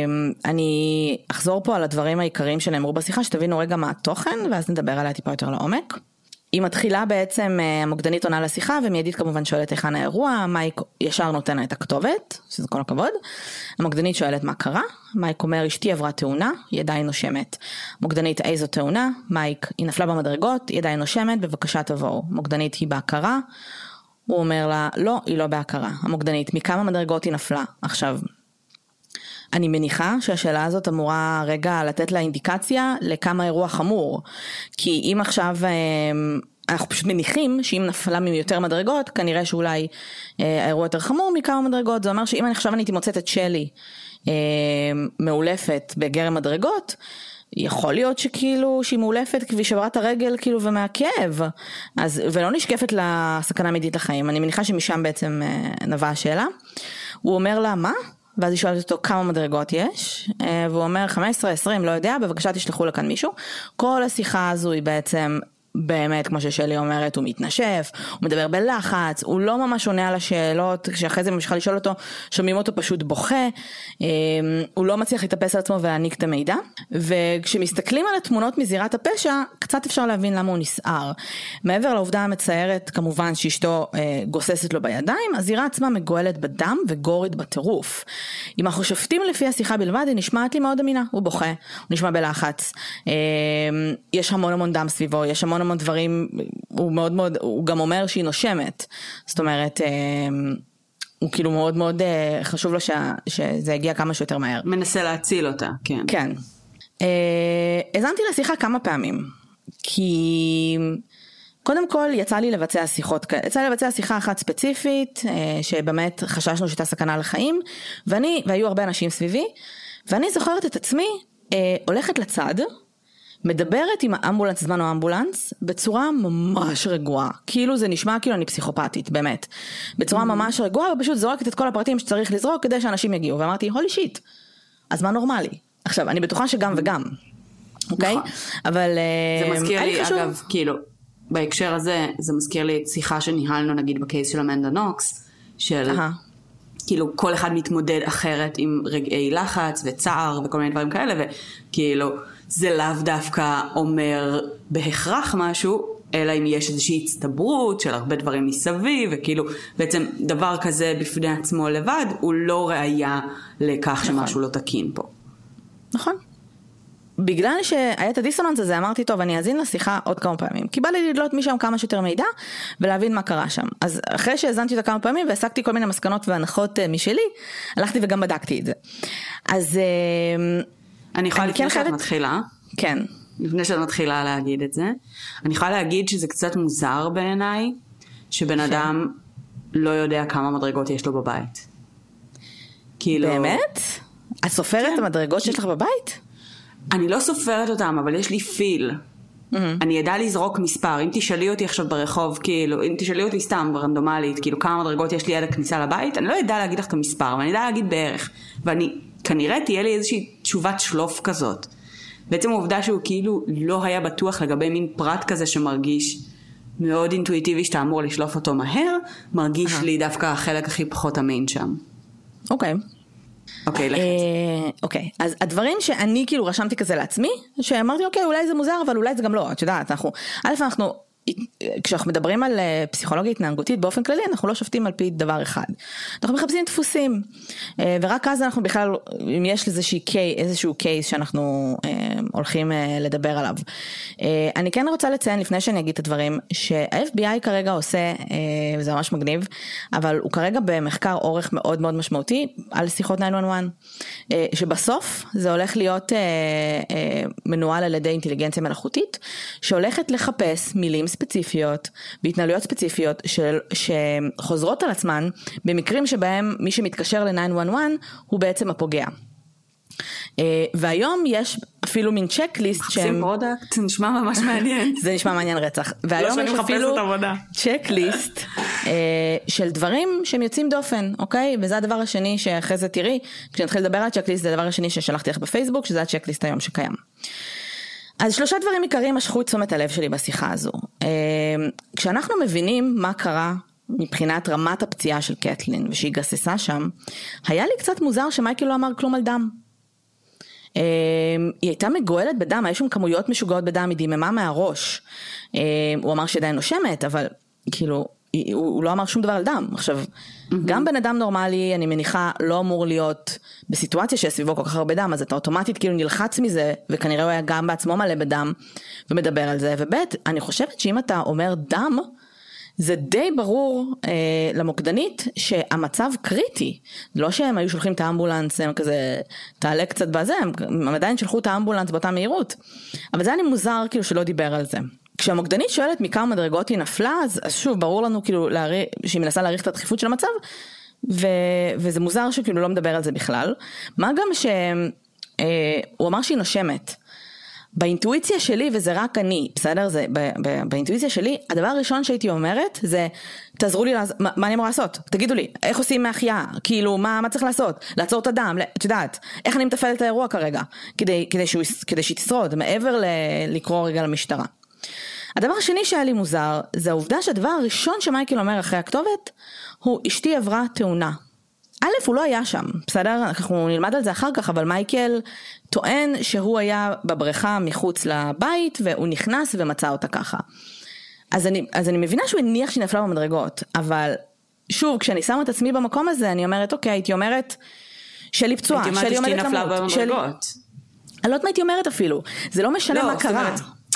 אני אחזור פה על הדברים העיקריים שנאמרו בשיחה, שתבינו רגע מה התוכן, ואז נדבר עליה טיפה יותר לעומק. היא מתחילה בעצם, המוקדנית עונה לשיחה, ומיידית כמובן שואלת היכן האירוע, מייק ישר נותן לה את הכתובת, שזה כל הכבוד. המוקדנית שואלת מה קרה, מייק אומר, אשתי עברה תאונה, היא עדיין נושמת. מוקדנית, איזו תאונה? מייק, היא נפלה במדרגות, היא עדיין נושמת, בבקשה תבואו. מוקדנית, היא בהכרה? הוא אומר לה, לא, היא לא בהכרה. המוקדנית, מכמה מדרגות היא נפלה? עכשיו, אני מניחה שהשאלה הזאת אמורה רגע לתת לה אינדיקציה לכמה אירוע חמור, כי אם עכשיו אנחנו פשוט מניחים שאם נפלה מיותר מדרגות, כנראה שאולי האירוע יותר חמור מכמה מדרגות. זה אומר שאם אני עכשיו אני הייתי מוצאת את שלי מאולפת בגרם מדרגות, יכול להיות שכאילו שהיא מאולפת כבי שברת הרגל כאילו ומהכאב, אז ולא נשקפת לסכנה אמיתית לחיים. אני מניחה שמשם בעצם נבעה השאלה. הוא אומר לה מה? ואז היא שואלת אותו כמה מדרגות יש, והוא אומר חמש עשרה עשרים, לא יודע, בבקשה תשלחו לכאן מישהו. כל השיחה הזו היא בעצם באמת, כמו ששלי אומרת, הוא מתנשף, הוא מדבר בלחץ, הוא לא ממש עונה על השאלות, כשאחרי זה ממשיכה לשאול אותו, שומעים אותו פשוט בוכה, הוא לא מצליח להתאפס על עצמו ולהעניק את המידע, וכשמסתכלים על התמונות מזירת הפשע, קצת אפשר להבין למה הוא נסער. מעבר לעובדה המצערת, כמובן שאשתו גוססת לו בידיים, הזירה עצמה מגואלת בדם וגורית בטירוף. אם אנחנו שופטים לפי השיחה בלבד, היא נשמעת לי מאוד אמינה, הוא בוכה, הוא נשמע בלחץ, יש המון המון דם סביבו, יש המון המון דברים, הוא מאוד מאוד, הוא גם אומר שהיא נושמת, זאת אומרת, הוא כאילו מאוד מאוד חשוב לו שזה יגיע כמה שיותר מהר.
מנסה להציל אותה, כן.
כן. הזמתי לשיחה כמה פעמים, כי קודם כל יצא לי לבצע שיחות, יצא לי לבצע שיחה אחת ספציפית, שבאמת חששנו שהייתה סכנה לחיים, ואני, והיו הרבה אנשים סביבי, ואני זוכרת את עצמי, הולכת לצד, מדברת עם האמבולנס, זמן או האמבולנס, בצורה ממש רגועה. כאילו זה נשמע כאילו אני פסיכופתית, באמת. בצורה ממש רגועה, ופשוט זורקת את כל הפרטים שצריך לזרוק כדי שאנשים יגיעו. ואמרתי, הולי שיט, אז מה נורמלי? עכשיו, אני בטוחה שגם וגם. אוקיי? אבל
זה מזכיר לי, אגב, כאילו, בהקשר הזה, זה מזכיר לי שיחה שניהלנו, נגיד, בקייס של אמנדה נוקס, של... כאילו כל אחד מתמודד אחרת עם רגעי לחץ וצער וכל מיני דברים כאלה, וכאילו זה לאו דווקא אומר בהכרח משהו, אלא אם יש איזושהי הצטברות של הרבה דברים מסביב, וכאילו בעצם דבר כזה בפני עצמו לבד, הוא לא ראיה לכך
נכון.
שמשהו לא תקין פה.
נכון. בגלל שהיה את הדיסוננס הזה, אמרתי, טוב, אני אזין לשיחה עוד כמה פעמים. כי בא לי לדלות משם כמה שיותר מידע, ולהבין מה קרה שם. אז אחרי שהזנתי אותה כמה פעמים, והסקתי כל מיני מסקנות והנחות משלי, הלכתי וגם בדקתי את זה. אז
אני יכולה לפני שאת מתחילה.
כן.
לפני שאת מתחילה להגיד את זה. אני יכולה להגיד שזה קצת מוזר בעיניי, שבן אדם לא יודע כמה מדרגות יש לו בבית. כאילו...
באמת? את סופרת את המדרגות שיש לך בבית?
אני לא סופרת אותם, אבל יש לי פיל. Mm-hmm. אני ידע לזרוק מספר. אם תשאלי אותי עכשיו ברחוב, כאילו, אם תשאלי אותי סתם ברנדומלית, כאילו כמה מדרגות יש לי עד הכניסה לבית, אני לא ידע להגיד לך את המספר, אבל אני ידע להגיד בערך. ואני, כנראה תהיה לי איזושהי תשובת שלוף כזאת. בעצם העובדה שהוא כאילו לא היה בטוח לגבי מין פרט כזה שמרגיש מאוד אינטואיטיבי שאתה אמור לשלוף אותו מהר, מרגיש לי דווקא החלק הכי פחות אמין שם.
אוקיי.
אוקיי, לכת.
אוקיי, אז הדברים שאני כאילו רשמתי כזה לעצמי, שאמרתי אוקיי, אולי זה מוזר, אבל אולי זה גם לא, את יודעת, אנחנו, א' אנחנו, כשאנחנו מדברים על פסיכולוגיה התנהגותית באופן כללי, אנחנו לא שופטים על פי דבר אחד. אנחנו מחפשים דפוסים, ורק אז אנחנו בכלל, אם יש איזשהו קייס, איזשהו קייס שאנחנו הולכים לדבר עליו. אני כן רוצה לציין לפני שאני אגיד את הדברים, שה-אף בי איי כרגע עושה, וזה ממש מגניב, אבל הוא כרגע במחקר אורך מאוד מאוד משמעותי, על שיחות תשע אחת אחת, שבסוף זה הולך להיות מנוהל על ידי אינטליגנציה מלאכותית, שהולכת לחפש מילים ספציפיות, בהתנהלויות ספציפיות של, שחוזרות על עצמן, במקרים שבהם מי שמתקשר ל-תשע אחת אחת הוא בעצם הפוגע. והיום יש אפילו מין צ'קליסט
מחפשים פרודקט, זה נשמע ממש מעניין.
זה נשמע מעניין רצח. והיום יש אפילו צ'קליסט של דברים שהם יוצאים דופן, אוקיי? וזה הדבר השני שאחרי זה תראי, כשנתחיל לדבר על צ'קליסט, זה הדבר השני ששלחתי לך בפייסבוק, שזה הצ'קליסט היום שקיים. אז שלושה דברים עיקריים משכו את תשומת הלב שלי בשיחה הזו. כשאנחנו מבינים מה קרה מבחינת רמת הפציעה של קטלין, ושהיא גססה שם, היה לי קצת מוזר שמייקל לא אמר כלום על דם. היא הייתה מגועלת בדם, היו שם כמויות משוגעות בדם, היא דיממה מהראש. הוא אמר שעדיין נושמת, אבל כאילו, הוא לא אמר שום דבר על דם. עכשיו, גם בן אדם נורמלי, אני מניחה, לא אמור להיות בסיטואציה שסביבו כל כך הרבה דם, אז אתה אוטומטית כאילו נלחץ מזה, וכנראה הוא היה גם בעצמו מלא בדם, ומדבר על זה. ובית, אני חושבת שאם אתה אומר דם, זה די ברור אה, למוקדנית שהמצב קריטי. לא שהם היו שולחים את האמבולנס, הם כזה תעלה קצת בזה, הם, הם עדיין שלחו את האמבולנס באותה מהירות. אבל זה היה לי מוזר כאילו שלא דיבר על זה. כשהמוקדנית שואלת מכמה מדרגות היא נפלה, אז, אז שוב ברור לנו כאילו להעריך, שהיא מנסה להעריך את הדחיפות של המצב, ו, וזה מוזר שכאילו לא מדבר על זה בכלל. מה גם שהוא אה, אמר שהיא נושמת. באינטואיציה שלי, וזה רק אני, בסדר? זה, ב, ב, באינטואיציה שלי, הדבר הראשון שהייתי אומרת, זה, תעזרו לי, מה, מה אני אמורה לעשות? תגידו לי, איך עושים מהחיה? כאילו, מה, מה צריך לעשות? לעצור את הדם, את יודעת, איך אני מטפל את האירוע כרגע? כדי, כדי, שהוא, כדי שהיא תשרוד, מעבר ל, לקרוא רגע למשטרה. הדבר השני שהיה לי מוזר, זה העובדה שהדבר הראשון שמייקל אומר אחרי הכתובת, הוא, אשתי עברה תאונה. א', הוא לא היה שם, בסדר? אנחנו נלמד על זה אחר כך, אבל מייקל טוען שהוא היה בבריכה מחוץ לבית, והוא נכנס ומצא אותה ככה. אז אני, אז אני מבינה שהוא הניח שהיא נפלה במדרגות, אבל שוב, כשאני שמה את עצמי במקום הזה, אני אומרת, אוקיי, הייתי אומרת, שלי פצועה, שלי עומדת למות.
נפלה במדרגות.
אני לא יודעת מה הייתי אומרת אפילו, זה לא משנה מה קרה.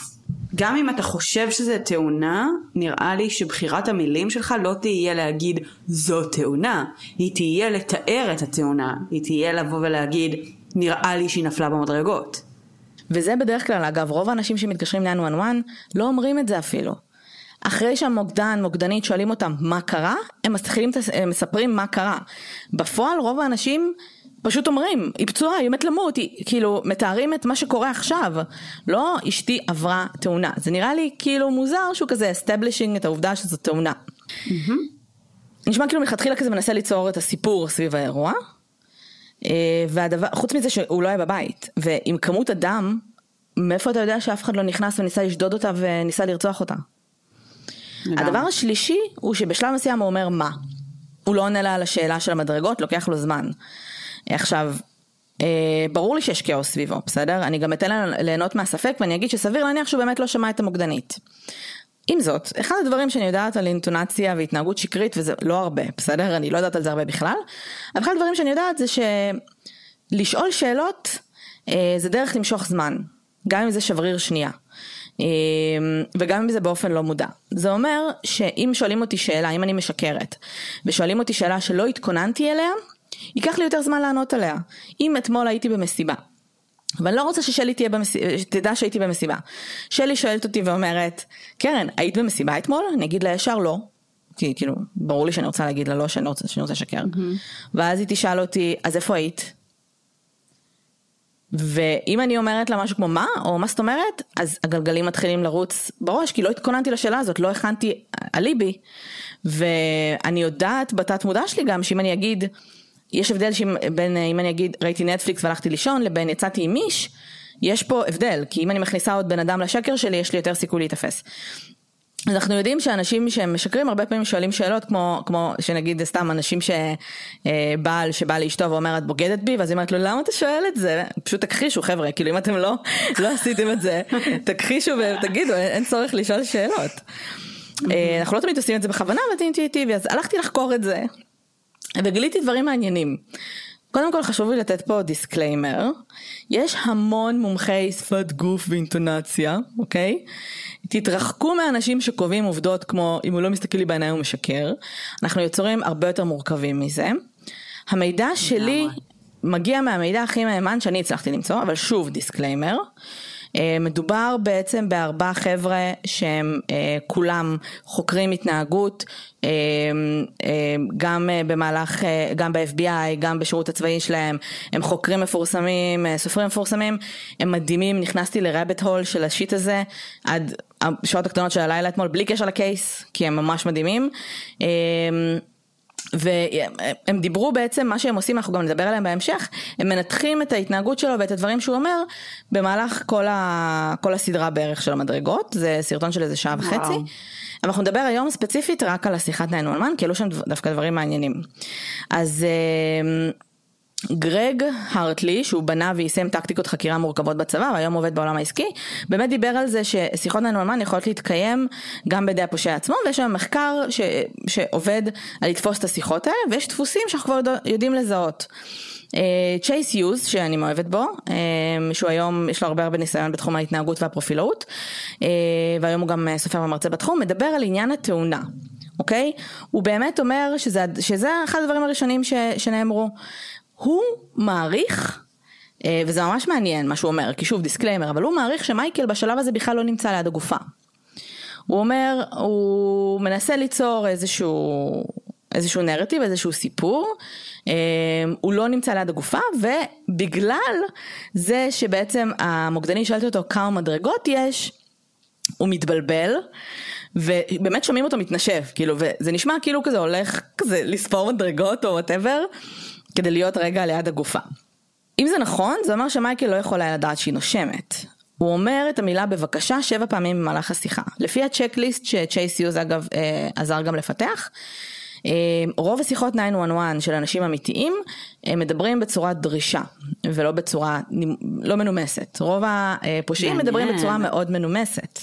גם אם אתה חושב שזה תאונה, נראה לי שבחירת המילים שלך לא תהיה להגיד זו תאונה, היא תהיה לתאר את התאונה, היא תהיה לבוא ולהגיד נראה לי שהיא נפלה במדרגות.
וזה בדרך כלל, אגב, רוב האנשים שמתקשרים ל-תשע אחת אחת לא אומרים את זה אפילו. אחרי שהמוקדן, מוקדנית שואלים אותם מה קרה, הם מתחילים, הם מספרים מה קרה. בפועל רוב האנשים פשוט אומרים, היא פצועה, היא מת למות, היא, כאילו, מתארים את מה שקורה עכשיו. לא, אשתי עברה תאונה. זה נראה לי כאילו מוזר שהוא כזה establishing את העובדה שזו תאונה. Mm-hmm. נשמע כאילו מלכתחילה כזה מנסה ליצור את הסיפור סביב האירוע, והדבר, חוץ מזה שהוא לא היה בבית, ועם כמות הדם, מאיפה אתה יודע שאף אחד לא נכנס וניסה לשדוד אותה וניסה לרצוח אותה? הדבר השלישי הוא שבשלב מסוים הוא אומר מה. הוא לא עונה לה על השאלה של המדרגות, לוקח לו זמן. עכשיו, ברור לי שיש כאוס סביבו, בסדר? אני גם אתן לה ליהנות מהספק, ואני אגיד שסביר להניח שהוא באמת לא שמע את המוקדנית. עם זאת, אחד הדברים שאני יודעת על אינטונציה והתנהגות שקרית, וזה לא הרבה, בסדר? אני לא יודעת על זה הרבה בכלל, אבל אחד הדברים שאני יודעת זה שלשאול שאלות, זה דרך למשוך זמן, גם אם זה שבריר שנייה. וגם אם זה באופן לא מודע. זה אומר שאם שואלים אותי שאלה, אם אני משקרת, ושואלים אותי שאלה שלא התכוננתי אליה, ייקח לי יותר זמן לענות עליה. אם אתמול הייתי במסיבה, ואני לא רוצה ששלי תהיה במסיבה, תדע שהייתי במסיבה. שלי שואלת אותי ואומרת, קרן, היית במסיבה אתמול? אני אגיד לה ישר לא. כי כאילו, ברור לי שאני רוצה להגיד לה לא, שאני רוצה, שאני רוצה לשקר. ואז היא תשאל אותי, אז איפה היית? ואם אני אומרת לה משהו כמו מה, או מה זאת אומרת, אז הגלגלים מתחילים לרוץ בראש, כי לא התכוננתי לשאלה הזאת, לא הכנתי אליבי, ואני יודעת בתת מודע שלי גם, שאם אני אגיד, יש הבדל בין, אם אני אגיד, ראיתי נטפליקס והלכתי לישון, לבין יצאתי עם מיש, יש פה הבדל, כי אם אני מכניסה עוד בן אדם לשקר שלי, יש לי יותר סיכוי להתאפס. אנחנו יודעים שאנשים שהם משקרים הרבה פעמים שואלים שאלות כמו, כמו שנגיד סתם אנשים שבעל שבא לאשתו ואומר את בוגדת בי, ואז היא אומרת לו למה אתה שואל את זה? פשוט תכחישו חבר'ה, כאילו אם אתם לא, לא עשיתם את זה, תכחישו ותגידו, אין צורך לשאול שאלות. אנחנו לא תמיד עושים את זה בכוונה, אבל זה אינטואיטיבי, אז הלכתי לחקור את זה, וגיליתי דברים מעניינים. קודם כל חשוב לי לתת פה דיסקליימר, יש המון מומחי שפת גוף ואינטונציה, אוקיי? תתרחקו מהאנשים שקובעים עובדות כמו אם הוא לא מסתכל לי בעיניים הוא משקר, אנחנו יוצרים הרבה יותר מורכבים מזה. המידע שלי מגיע מהמידע הכי מהימן שאני הצלחתי למצוא, אבל שוב דיסקליימר, מדובר בעצם בארבעה חבר'ה שהם כולם חוקרים התנהגות, גם במהלך, גם ב-אף בי איי, גם בשירות הצבאי שלהם, הם חוקרים מפורסמים, סופרים מפורסמים, הם מדהימים, נכנסתי לרביט הול של השיט הזה, עד השעות הקטנות של הלילה אתמול, בלי קשר לקייס, כי הם ממש מדהימים, והם דיברו בעצם מה שהם עושים, אנחנו גם נדבר עליהם בהמשך, הם מנתחים את ההתנהגות שלו ואת הדברים שהוא אומר במהלך כל, ה, כל הסדרה בערך של המדרגות, זה סרטון של איזה שעה וחצי, אבל אנחנו נדבר היום ספציפית רק על השיחת תשע אחת אחת, כי אלו שם דווקא דברים מעניינים. אז גרג הרטלי, שהוא בנה ויישם טקטיקות חקירה מורכבות בצבא, והיום עובד בעולם העסקי, באמת דיבר על זה ששיחות תשע אחת אחת יכולות להתקיים גם בידי הפושע עצמו, ויש שם מחקר ש... שעובד על לתפוס את השיחות האלה, ויש דפוסים שאנחנו כבר יודעים לזהות. צ'ייס יוז, שאני מאוהבת בו, שהוא היום יש לו הרבה הרבה ניסיון בתחום ההתנהגות והפרופילאות, והיום הוא גם סופר ומרצה בתחום, מדבר על עניין התאונה. אוקיי? הוא באמת אומר שזה, שזה אחד הדברים הראשונים ש... שנאמרו. הוא מעריך, וזה ממש מעניין מה שהוא אומר, כי שוב דיסקליימר, אבל הוא מעריך שמייקל בשלב הזה בכלל לא נמצא ליד הגופה. הוא אומר, הוא מנסה ליצור איזשהו, איזשהו נרטיב, איזשהו סיפור, הוא לא נמצא ליד הגופה, ובגלל זה שבעצם המוקדני שאלתי אותו כמה מדרגות יש, הוא מתבלבל, ובאמת שומעים אותו מתנשב, כאילו, וזה נשמע כאילו כזה הולך כזה לספור מדרגות או whatever, כדי להיות רגע ליד הגופה. אם זה נכון, זה אומר שמייקל לא יכול היה לדעת שהיא נושמת. הוא אומר את המילה בבקשה שבע פעמים במהלך השיחה. לפי הצ'קליסט שצ'ייס יוז אגב אה, עזר גם לפתח, אה, רוב השיחות תשע אחת אחת של אנשים אמיתיים, הם מדברים בצורה דרישה, ולא בצורה לא מנומסת. רוב הפושעים מדברים בצורה מאוד מנומסת.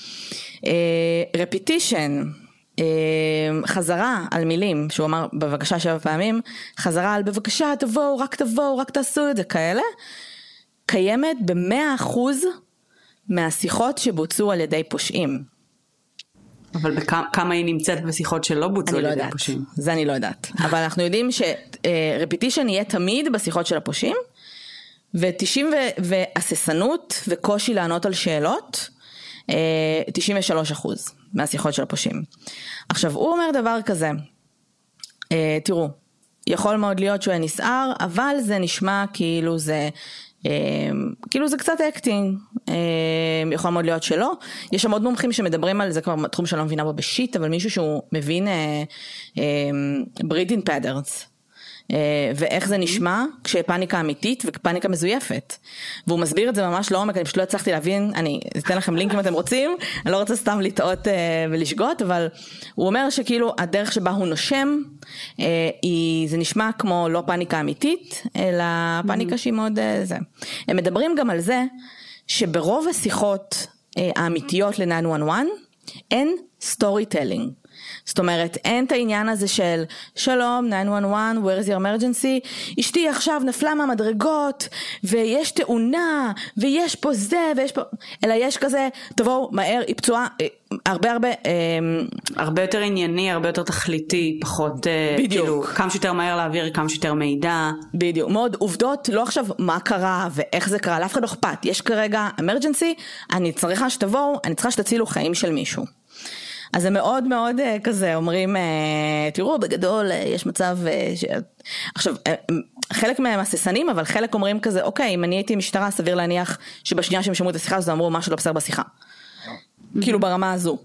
רפיטישן, חזרה על מילים, שהוא אמר בבקשה שבע פעמים, חזרה על בבקשה תבואו, רק תבואו, רק תעשו את זה, כאלה, קיימת במאה אחוז מהשיחות שבוצעו על ידי פושעים.
אבל בכמה היא נמצאת בשיחות שלא בוצעו על ידי פושעים?
זה אני לא יודעת. אבל אנחנו יודעים שרפיטישן יהיה תמיד בשיחות של הפושעים, ו-תשעים והססנות וקושי לענות על שאלות, תשעים ושלושה אחוז מהשיחות של הפושעים. עכשיו, הוא אומר דבר כזה, תראו, יכול מאוד להיות שהוא נסער, אבל זה נשמע כאילו זה, כאילו זה קצת אקטינג, יכול מאוד להיות שלא. יש שם עוד מומחים שמדברים על זה, כבר תחום שלא מבינה בו בשיט, אבל מישהו שהוא מבין breathing patterns, ואיך זה נשמע כשפאניקה אמיתית ופאניקה מזויפת. והוא מסביר את זה ממש לעומק, אני פשוט לא הצלחתי להבין, אני אתן לכם לינק אם אתם רוצים, אני לא רוצה סתם לטעות ולשגות, אבל הוא אומר שכאילו הדרך שבה הוא נושם, זה נשמע כמו לא פאניקה אמיתית, אלא פאניקה שהיא מאוד זה. הם מדברים גם על זה, שברוב השיחות האמיתיות ל-תשע אחת אחת, אין סטורי טלינג. זאת אומרת, אין את העניין הזה של שלום, תשע אחת אחת, where is your emergency? אשתי עכשיו נפלה מהמדרגות, ויש תאונה, ויש פה זה, ויש פה... אלא יש כזה, תבואו, מהר, היא פצועה, הרבה הרבה...
הרבה יותר ענייני, הרבה יותר תכליתי, פחות...
בדיוק.
כאילו, כמה שיותר מהר להעביר, כמה שיותר מידע.
בדיוק. מאוד עובדות, לא עכשיו מה קרה, ואיך זה קרה, לאף אחד לא אכפת. יש כרגע emergency, אני צריכה שתבואו, אני צריכה שתצילו חיים של מישהו. אז זה מאוד מאוד כזה, אומרים, תראו, בגדול יש מצב, ש... עכשיו, חלק מהם הססנים, אבל חלק אומרים כזה, אוקיי, אם אני הייתי משטרה, סביר להניח שבשנייה שהם שמעו את השיחה, אז אמרו משהו לא בסדר בשיחה. כאילו ברמה הזו.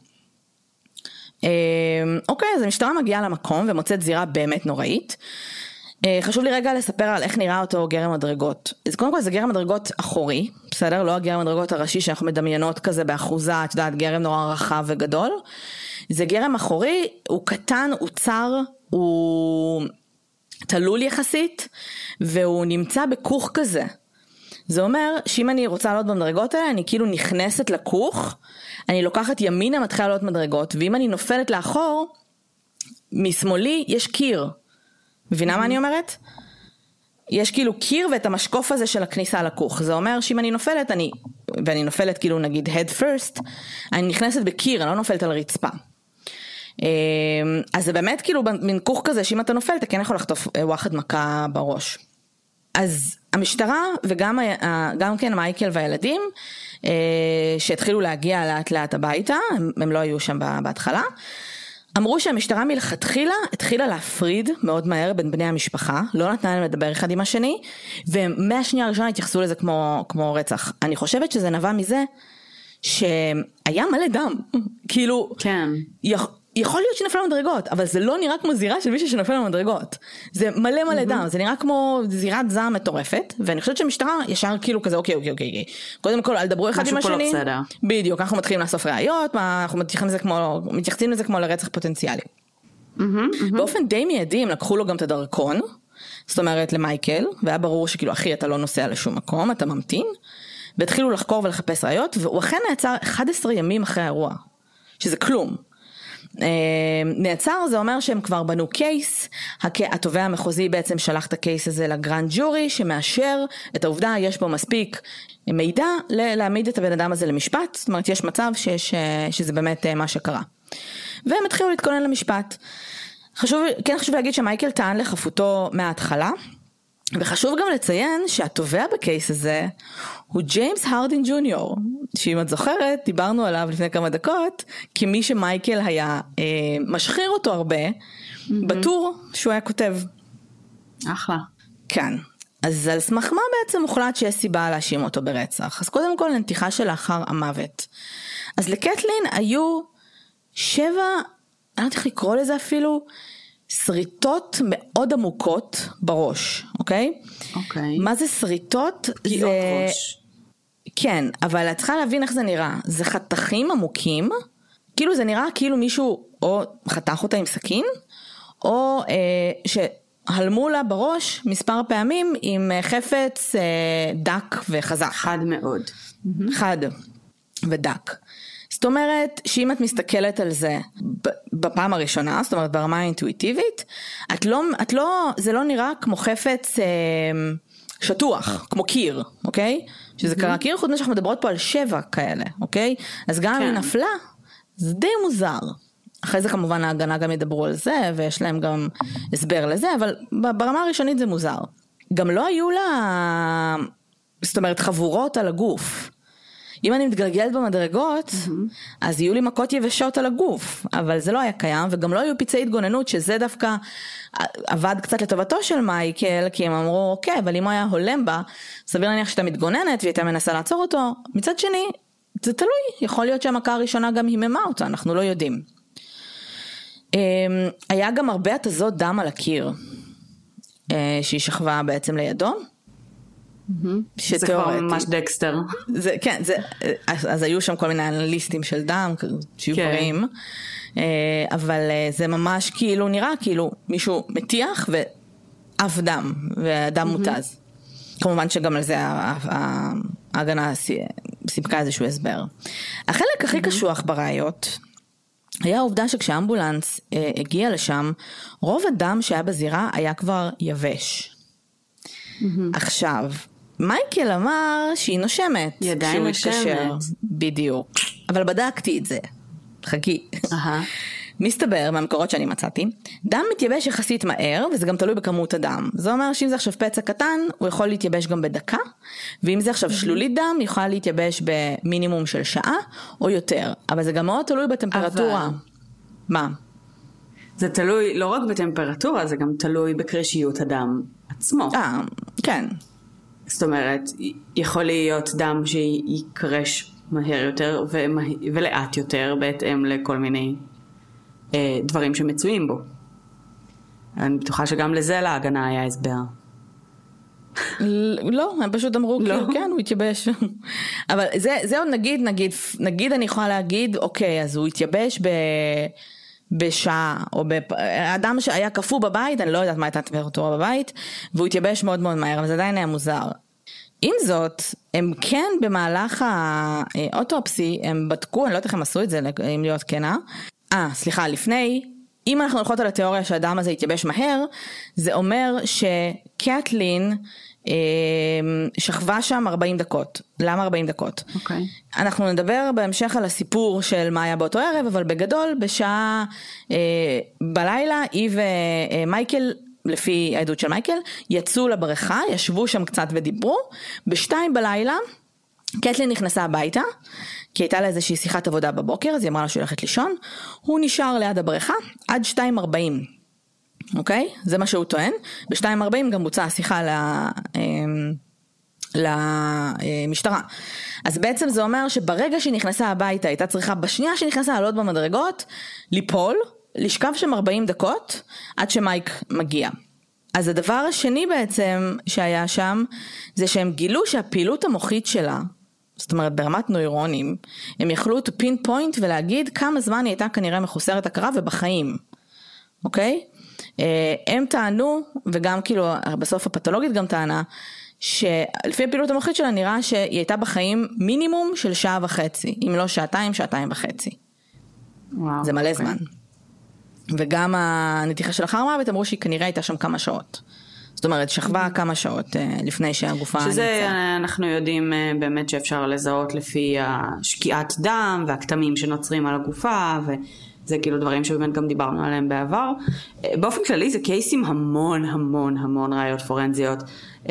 אוקיי, אז המשטרה מגיעה למקום, ומוצאת זירה באמת נוראית. חשוב לי רגע לספר על איך נראה אותו גרם מדרגות. אז קודם כל זה גרם מדרגות אחורי, בסדר? לא הגרם מדרגות הראשי שאנחנו מדמיינות כזה באחוזה, את יודעת, גרם נורא רחב וגדול. זה גרם אחורי, הוא קטן, הוא צר, הוא תלול יחסית, והוא נמצא בכוך כזה. זה אומר שאם אני רוצה לעלות במדרגות האלה, אני כאילו נכנסת לכוך, אני לוקחת ימינה, מתחילה לעלות מדרגות, ואם אני נופלת לאחור, משמאלי יש קיר. מבינה מה אני אומרת? יש כאילו קיר ואת המשקוף הזה של הכניסה לכוך. זה אומר שאם אני נופלת, אני, ואני נופלת כאילו נגיד head first, אני נכנסת בקיר, אני לא נופלת על רצפה. אז זה באמת כאילו מין כוך כזה, שאם אתה נופל, אתה כן יכול לחטוף וואחד מכה בראש. אז המשטרה וגם גם כן מייקל והילדים, שהתחילו להגיע לאט לאט הביתה, הם, הם לא היו שם בהתחלה, אמרו שהמשטרה מלכתחילה התחילה להפריד מאוד מהר בין בני המשפחה, לא נתנה להם לדבר אחד עם השני, ומהשנייה הראשונה התייחסו לזה כמו, כמו רצח. אני חושבת שזה נבע מזה שהיה מלא דם, כאילו,
כן.
יכ... יכול להיות שנפל למדרגות, אבל זה לא נראה כמו זירה של מישהו שנפל למדרגות. זה מלא מלא דם, זה נראה כמו זירת זעם מטורפת, ואני חושבת שהמשטרה ישר כאילו כזה, אוקיי, אוקיי, אוקיי. קודם כל, אל דברו אחד עם השני.
משהו פה לא בסדר.
בדיוק, אנחנו מתחילים לאסוף ראיות, אנחנו מתייחסים לזה כמו, מתייחסים לזה כמו לרצח פוטנציאלי. באופן די מיידי, הם לקחו לו גם את הדרכון, זאת אומרת למייקל, והיה ברור שכאילו, אחי, אתה לא נוסע לשום מקום, אתה ממתין, והתחילו לחקור ולחפש ראיות, והוא אכן נעצר אחד עשר ימים אחרי האירוע, שזה כלום. נעצר, זה אומר שהם כבר בנו קייס, התובע המחוזי בעצם שלח את הקייס הזה לגרנד ג'ורי, שמאשר את העובדה, יש בו מספיק מידע להעמיד את הבן אדם הזה למשפט, זאת אומרת יש מצב שיש, שזה באמת מה שקרה. והם התחילו להתכונן למשפט. חשוב, כן חשוב להגיד שמייקל טען לחפותו מההתחלה, וחשוב גם לציין שהתובע בקייס הזה הוא ג'יימס הרדין ג'וניור, שאם את זוכרת, דיברנו עליו לפני כמה דקות, כי מי שמייקל היה אה, משחיר אותו הרבה, mm-hmm. בטור שהוא היה כותב.
אחלה.
כן. אז על סמך מה בעצם הוחלט שיש סיבה להאשים אותו ברצח? אז קודם כל נתיחה שלאחר המוות. אז לקטלין היו שבע, אני לא יודעת איך לקרוא לזה אפילו, שריטות מאוד עמוקות בראש, אוקיי?
אוקיי.
מה זה שריטות?
פגיעות ראש.
כן, אבל את צריכה להבין איך זה נראה. זה חתכים עמוקים, כאילו זה נראה כאילו מישהו או חתך אותה עם סכין, או אה, שהלמו לה בראש מספר פעמים עם חפץ אה, דק וחזק.
חד מאוד.
חד ודק. זאת אומרת, שאם את מסתכלת על זה בפעם הראשונה, זאת אומרת ברמה האינטואיטיבית, את לא, את לא, זה לא נראה כמו חפץ אה, שטוח, כמו קיר, אוקיי? שזה קרה קיר, חוץ שאנחנו מדברות פה על שבע כאלה, אוקיי? אז גם אם היא נפלה, זה די מוזר. אחרי זה כמובן ההגנה גם ידברו על זה, ויש להם גם הסבר לזה, אבל ברמה הראשונית זה מוזר. גם לא היו לה, זאת אומרת, חבורות על הגוף. אם אני מתגלגלת במדרגות, mm-hmm. אז יהיו לי מכות יבשות על הגוף, אבל זה לא היה קיים, וגם לא היו פיצי התגוננות, שזה דווקא עבד קצת לטובתו של מייקל, כי הם אמרו, אוקיי, אבל אם הוא היה הולם בה, סביר להניח שאתה מתגוננת, והייתה מנסה לעצור אותו. מצד שני, זה תלוי, יכול להיות שהמכה הראשונה גם היממה אותה, אנחנו לא יודעים. היה גם הרבה התזות דם על הקיר. שהיא שכבה בעצם לידו.
זה כבר ממש דקסטר.
זה, כן, זה, אז, אז היו שם כל מיני אנליסטים של דם, שיוברים, כן. אבל זה ממש כאילו נראה כאילו מישהו מטיח ואף דם, והדם mm-hmm. מותז. כמובן שגם על זה ההגנה סיפקה איזשהו הסבר. החלק הכי mm-hmm. קשוח בראיות, היה העובדה שכשהאמבולנס אה, הגיע לשם, רוב הדם שהיה בזירה היה כבר יבש. Mm-hmm. עכשיו, מייקל אמר שהיא נושמת.
היא עדיין נושמת.
בדיוק. אבל בדקתי את זה. חכי. Uh-huh. מסתבר, מהמקורות שאני מצאתי, דם מתייבש יחסית מהר, וזה גם תלוי בכמות הדם. זה אומר שאם זה עכשיו פצע קטן, הוא יכול להתייבש גם בדקה, ואם זה עכשיו שלולית דם, היא יכולה להתייבש במינימום של שעה, או יותר. אבל זה גם מאוד תלוי בטמפרטורה. אבל... מה?
זה תלוי לא רק בטמפרטורה, זה גם תלוי בקרישיות הדם עצמו.
אה, כן.
זאת אומרת, יכול להיות דם שיקרש מהר יותר, ומה... ולאט יותר, בהתאם לכל מיני... דברים שמצויים בו. אני בטוחה שגם לזה להגנה היה הסבר.
לא, הם פשוט אמרו, כאילו, כן, הוא התייבש. אבל זה, זה עוד נגיד, נגיד, נגיד אני יכולה להגיד, אוקיי, אז הוא התייבש ב... בשעה, או באדם שהיה קפוא בבית, אני לא יודעת מה הייתה הטמפרטורה בבית, והוא התייבש מאוד מאוד מהר, אבל זה עדיין היה מוזר. עם זאת, הם כן במהלך האוטופסי, הם בדקו, אני לא יודעת איך הם עשו את זה, אם להיות כנה, אה, סליחה, לפני, אם אנחנו הולכות על התיאוריה שהאדם הזה יתייבש מהר, זה אומר שקטלין אה, שכבה שם ארבעים דקות. למה ארבעים דקות?
אוקיי.
אנחנו נדבר בהמשך על הסיפור של מה היה באותו ערב, אבל בגדול, בשעה אה, בלילה, היא ומייקל, לפי העדות של מייקל, יצאו לבריכה, ישבו שם קצת ודיברו, בשתיים בלילה, קטלין נכנסה הביתה, כי הייתה לה איזושהי שיחת עבודה בבוקר, אז היא אמרה לה שהיא הולכת לישון, הוא נשאר ליד הבריכה עד שתיים ארבעים, אוקיי? זה מה שהוא טוען, ב-שתיים ארבעים גם בוצעה שיחה לה, למשטרה. אז בעצם זה אומר שברגע שהיא נכנסה הביתה, הייתה צריכה בשנייה שהיא נכנסה לעלות במדרגות, ליפול, לשכב שם ארבעים דקות, עד שמייק מגיע. אז הדבר השני בעצם שהיה שם, זה שהם גילו שהפעילות המוחית שלה, זאת אומרת ברמת נוירונים, הם יכלו to pinpoint ולהגיד כמה זמן היא הייתה כנראה מחוסרת הכרה ובחיים. אוקיי? הם טענו, וגם כאילו בסוף הפתולוגית גם טענה, שלפי הפעילות המוחית שלה נראה שהיא הייתה בחיים מינימום של שעה וחצי, אם לא שעתיים, שעתיים וחצי.
וואו,
זה מלא
אוקיי.
זמן. וגם הנתיחה של אחר מוות אמרו שהיא כנראה הייתה שם כמה שעות. זאת אומרת, שכבה כמה שעות לפני שהגופה נמצא.
שזה אנחנו יודעים באמת שאפשר לזהות לפי השקיעת דם והכתמים שנוצרים על הגופה, וזה כאילו דברים שבאמת גם דיברנו עליהם בעבר. באופן כללי זה קייסים המון המון המון ראיות פורנזיות,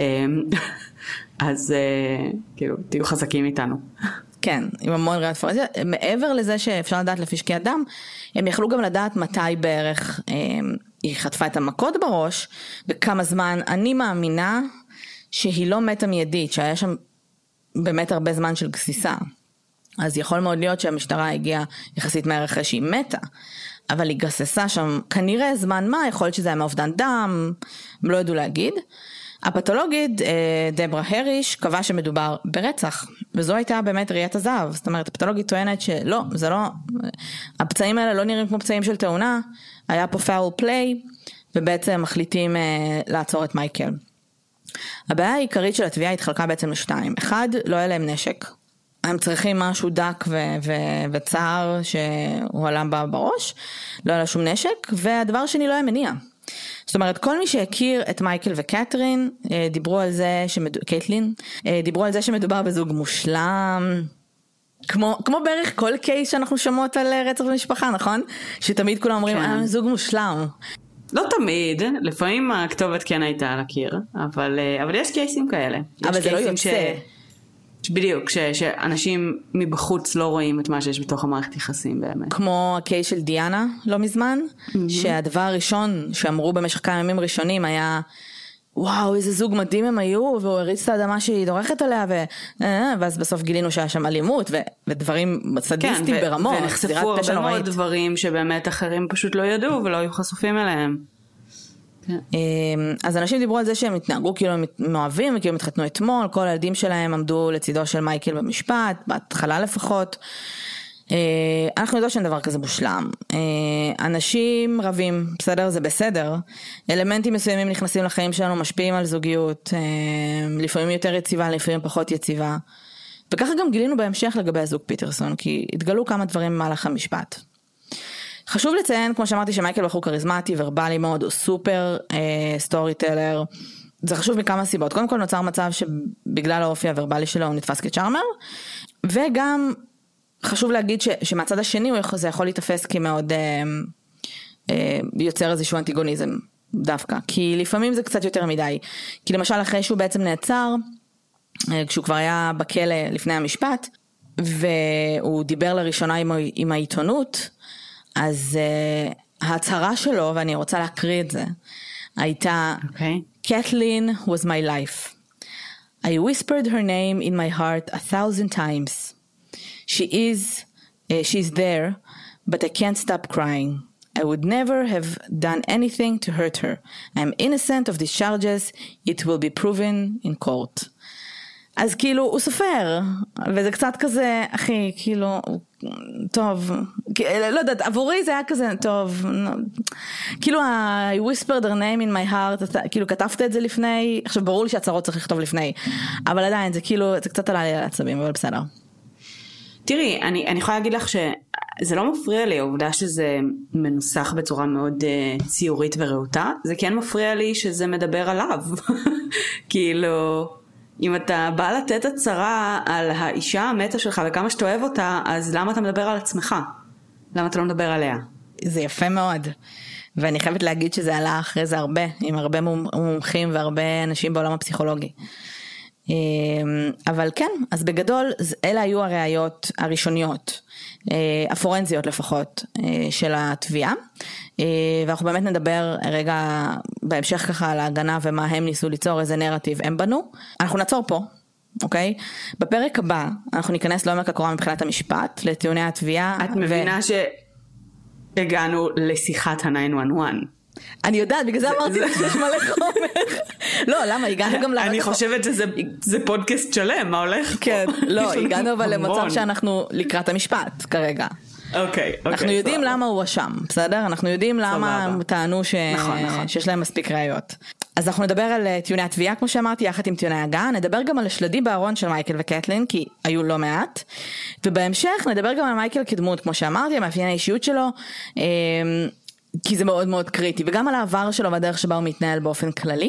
אז כאילו תהיו חזקים איתנו.
כן, עם המון ראיות פורנזיות. מעבר לזה שאפשר לדעת לפי שקיעת דם, הם יכלו גם לדעת מתי בערך היא חטפה את המכות בראש, וכמה זמן. אני מאמינה שהיא לא מתה מיידית, שהיה שם באמת הרבה זמן של גסיסה. אז יכול מאוד להיות שהמשטרה הגיעה יחסית מהר אחרי שהיא מתה, אבל היא גססה שם כנראה זמן מה, יכול להיות שזה היה מאובדן דם, לא ידעו להגיד. הפתולוגית, דברה הריש, קבעה שמדובר ברצח, וזו הייתה באמת ראיית הזהב. זאת אומרת, הפתולוגית טוענת שלא, זה לא, הפצעים האלה לא נראים כמו פצעים של תאונה, היה פה foul play, ובעצם מחליטים לעצור את מייקל. הבעיה העיקרית של התביעה התחלקה בעצם לשתיים. אחד, לא היה להם נשק. הם צריכים משהו דק ו- ו- וצער שהוא עלם בה בראש, לא היה לה שום נשק, והדבר שני לא היה מניע. זאת אומרת, כל מי שהכיר את מייקל וקטרין, דיברו על זה, שמד... קייטלין, דיברו על זה שמדובר בזוג מושלם, כמו, כמו בערך כל קייס שאנחנו שומעות על רצח במשפחה, נכון? שתמיד כולם אומרים,
כן.
אה, זוג מושלם.
לא תמיד, לפעמים הכתובת כן הייתה על הקיר, אבל, אבל יש קייסים כאלה.
אבל זה לא יוצא.
ש... בדיוק, ש... שאנשים מבחוץ לא רואים את מה שיש בתוך המערכת יחסים באמת.
כמו הקייס של דיאנה לא מזמן, mm-hmm. שהדבר הראשון שאמרו במשך כמה ימים ראשונים היה, וואו, איזה זוג מדהים הם היו, והוא הריץ את האדמה שהיא דורכת עליה, ו... ואז בסוף גילינו שהיה שם אלימות, ו... ודברים סדיסטיים כן, ברמות.
ונחשפו הרבה מאוד דברים שבאמת אחרים פשוט לא ידעו, ולא היו חשופים אליהם.
אז אנשים דיברו על זה שהם התנהגו כאילו הם מאוהבים וכאילו הם התחתנו אתמול, כל הילדים שלהם עמדו לצידו של מייקל במשפט, בהתחלה לפחות. אנחנו יודעים שאין דבר כזה מושלם. אנשים רבים, בסדר? זה בסדר. אלמנטים מסוימים נכנסים לחיים שלנו, משפיעים על זוגיות, לפעמים יותר יציבה, לפעמים פחות יציבה. וככה גם גילינו בהמשך לגבי הזוג פיטרסון, כי התגלו כמה דברים במהלך המשפט. חשוב לציין, כמו שאמרתי, שמייקל בחור כריזמטי, ורבלי מאוד, הוא סופר אה, סטורי טלר. זה חשוב מכמה סיבות. קודם כל נוצר מצב שבגלל האופי הוורבלי שלו הוא נתפס כצ'ארמר, וגם חשוב להגיד ש, שמהצד השני הוא יכול, זה יכול להתאפס כמאוד אה, אה, יוצר איזשהו אנטיגוניזם דווקא, כי לפעמים זה קצת יותר מדי. כי למשל אחרי שהוא בעצם נעצר, אה, כשהוא כבר היה בכלא לפני המשפט, והוא דיבר לראשונה עם, עם העיתונות, אז uh, ההצהרה שלו, ואני רוצה להקריא את זה, הייתה, okay. Kathleen was my life. I whispered her name in my heart a thousand times. She is, uh, she's there, but I can't stop crying. I would never have done anything to hurt her. I am innocent of these charges. It will be proven in court. אז כאילו הוא סופר, וזה קצת כזה, אחי, כאילו, טוב, לא יודעת, עבורי זה היה כזה, טוב, כאילו, I whispered her name in my heart, כאילו כתבת את זה לפני, עכשיו ברור לי שהצהרות צריך לכתוב לפני, אבל עדיין, זה כאילו, זה קצת עלה לי על העצבים, אבל בסדר.
תראי, אני, אני יכולה להגיד לך שזה לא מפריע לי, העובדה שזה מנוסח בצורה מאוד uh, ציורית ורעותה, זה כן מפריע לי שזה מדבר עליו, כאילו... אם אתה בא לתת הצהרה על האישה המתה שלך וכמה שאתה אוהב אותה, אז למה אתה מדבר על עצמך? למה אתה לא מדבר עליה?
זה יפה מאוד. ואני חייבת להגיד שזה עלה אחרי זה הרבה, עם הרבה מומחים והרבה אנשים בעולם הפסיכולוגי. אבל כן, אז בגדול, אלה היו הראיות הראשוניות, הפורנזיות לפחות, של התביעה. ואנחנו באמת נדבר רגע בהמשך ככה על ההגנה ומה הם ניסו ליצור, איזה נרטיב הם בנו. אנחנו נעצור פה, אוקיי? בפרק הבא אנחנו ניכנס לעומק הקורה מבחינת המשפט, לטיעוני התביעה.
את מבינה ו... שהגענו לשיחת ה-תשע אחת אחת.
אני יודעת, בגלל זה אמרתי שיש מלא חומר. לא, למה? הגענו גם...
אני חושבת שזה פודקאסט שלם, מה הולך פה?
כן, לא, הגענו אבל למצב שאנחנו לקראת המשפט כרגע.
אוקיי,
אנחנו יודעים למה הוא אשם, בסדר? אנחנו יודעים למה הם טענו שיש להם מספיק ראיות. אז אנחנו נדבר על טיעוני התביעה, כמו שאמרתי, יחד עם טיעוני ההגנה, נדבר גם על השלדים בארון של מייקל וקטלין, כי היו לא מעט, ובהמשך נדבר גם על מייקל כדמות, כמו שאמרתי, המאפיין האישיות שלו, כי זה מאוד מאוד קריטי, וגם על העבר שלו והדרך שבה הוא מתנהל באופן כללי.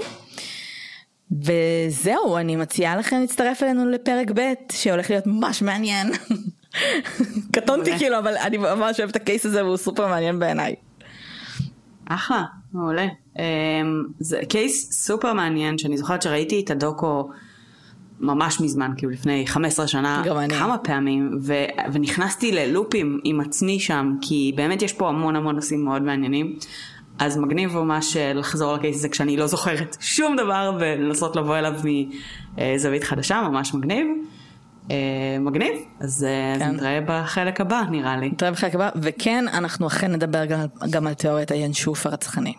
וזהו, אני מציעה לכם להצטרף אלינו לפרק ב' שהולך להיות ממש מעניין. קטונתי כאילו, אבל אני ממש אוהב את הקייס הזה והוא סופר מעניין בעיניי.
אחלה, מעולה. זה קייס סופר מעניין, שאני זוכרת שראיתי את הדוקו ממש מזמן, כאילו לפני חמש עשרה שנה, כמה פעמים, ו- ונכנסתי ללופים עם עצמי שם, כי באמת יש פה המון המון נושאים מאוד מעניינים, אז מגניב ממש לחזור לקייס הזה כשאני לא זוכרת שום דבר, ולנסות לבוא אליו מזווית חדשה, ממש מגניב. מגניב, אז נתראה בחלק הבא נראה לי.
נתראה בחלק הבא, וכן אנחנו אכן נדבר גם על תיאוריית הינשוף הרצחני.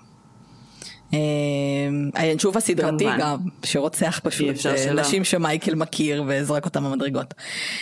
הינשוף הסדרתי גם, שרוצח פשוט נשים שמייקל מכיר וזרק אותם במדרגות.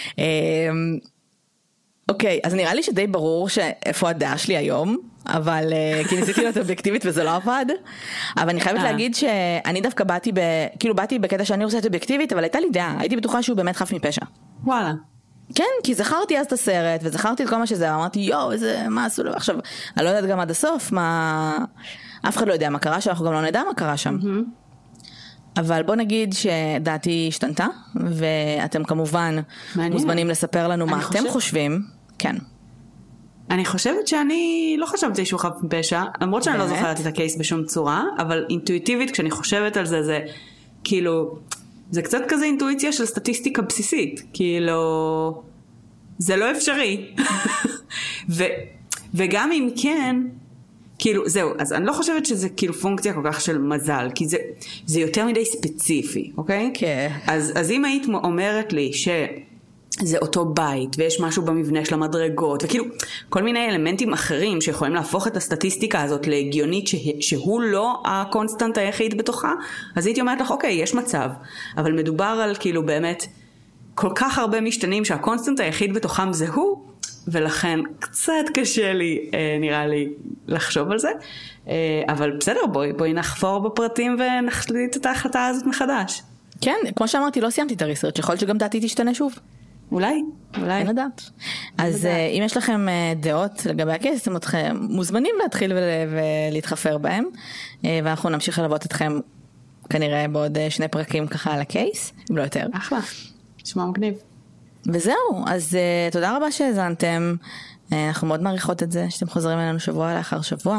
אוקיי, אז נראה לי שדי ברור שאיפה הדעה שלי היום, אבל כי ניסיתי להיות אובייקטיבית וזה לא עבד, אבל אני חייבת להגיד שאני דווקא באתי, כאילו באתי בקטע שאני רוצה להיות אובייקטיבית, אבל הייתה לי דעה, הייתי בטוחה שהוא באמת חף מפשע.
וואלה.
כן, כי זכרתי אז את הסרט, וזכרתי את כל מה שזה, אמרתי, יואו, איזה, מה עשו לו? עכשיו, אני לא יודעת גם עד הסוף, מה... אף אחד לא יודע מה קרה שם, אנחנו גם לא נדע מה קרה שם. אבל בוא נגיד שדעתי השתנתה, ואתם כמובן מוזמנים לספר לנו מה אתם חושבים. כן.
אני חושבת שאני לא חשבתי שהוא חף מפשע, למרות שאני לא זוכרת את הקייס בשום צורה, אבל אינטואיטיבית כשאני חושבת על זה, זה כאילו, זה קצת כזה אינטואיציה של סטטיסטיקה בסיסית, כאילו, זה לא אפשרי. ו, וגם אם כן, כאילו, זהו, אז אני לא חושבת שזה כאילו פונקציה כל כך של מזל, כי זה, זה יותר מדי ספציפי, אוקיי?
כן.
אז, אז אם היית אומרת לי ש... זה אותו בית, ויש משהו במבנה של המדרגות, וכאילו כל מיני אלמנטים אחרים שיכולים להפוך את הסטטיסטיקה הזאת להגיונית שה, שהוא לא הקונסטנט היחיד בתוכה, אז הייתי אומרת לך, אוקיי, יש מצב, אבל מדובר על כאילו באמת כל כך הרבה משתנים שהקונסטנט היחיד בתוכם זה הוא, ולכן קצת קשה לי, נראה לי, לחשוב על זה, אבל בסדר, בואי, בואי נחפור בפרטים ונחליט את ההחלטה הזאת מחדש.
כן, כמו שאמרתי, לא סיימתי את הריסרצ', יכול להיות שגם דעתי תשתנה שוב.
אולי, אולי.
אין לדעת. אז אם יש לכם דעות לגבי הקייס, אתם מוזמנים להתחיל ולהתחפר בהם, ואנחנו נמשיך ללוות אתכם כנראה בעוד שני פרקים ככה על הקייס, אם לא יותר.
אחלה, נשמע מגניב.
וזהו, אז תודה רבה שהזנתם, אנחנו מאוד מעריכות את זה, שאתם חוזרים אלינו שבוע לאחר שבוע.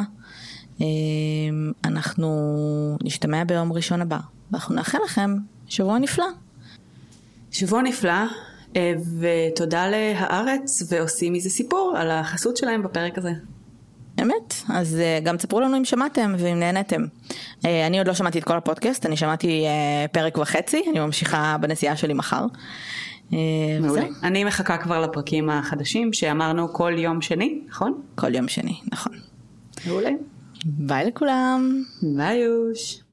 אנחנו נשתמע ביום ראשון הבא, ואנחנו נאחל לכם שבוע נפלא.
שבוע נפלא, ותודה להארץ, ועושים איזה סיפור על החסות שלהם בפרק הזה.
אמת, אז גם תספרו לנו אם שמעתם ואם נהנתם. אני עוד לא שמעתי את כל הפודקאסט, אני שמעתי פרק וחצי, אני ממשיכה בנסיעה שלי מחר.
מעולה. אני מחכה כבר לפרקים החדשים שאמרנו כל יום שני, נכון?
כל יום שני, נכון.
מעולה.
ביי לכולם.
ביי יוש.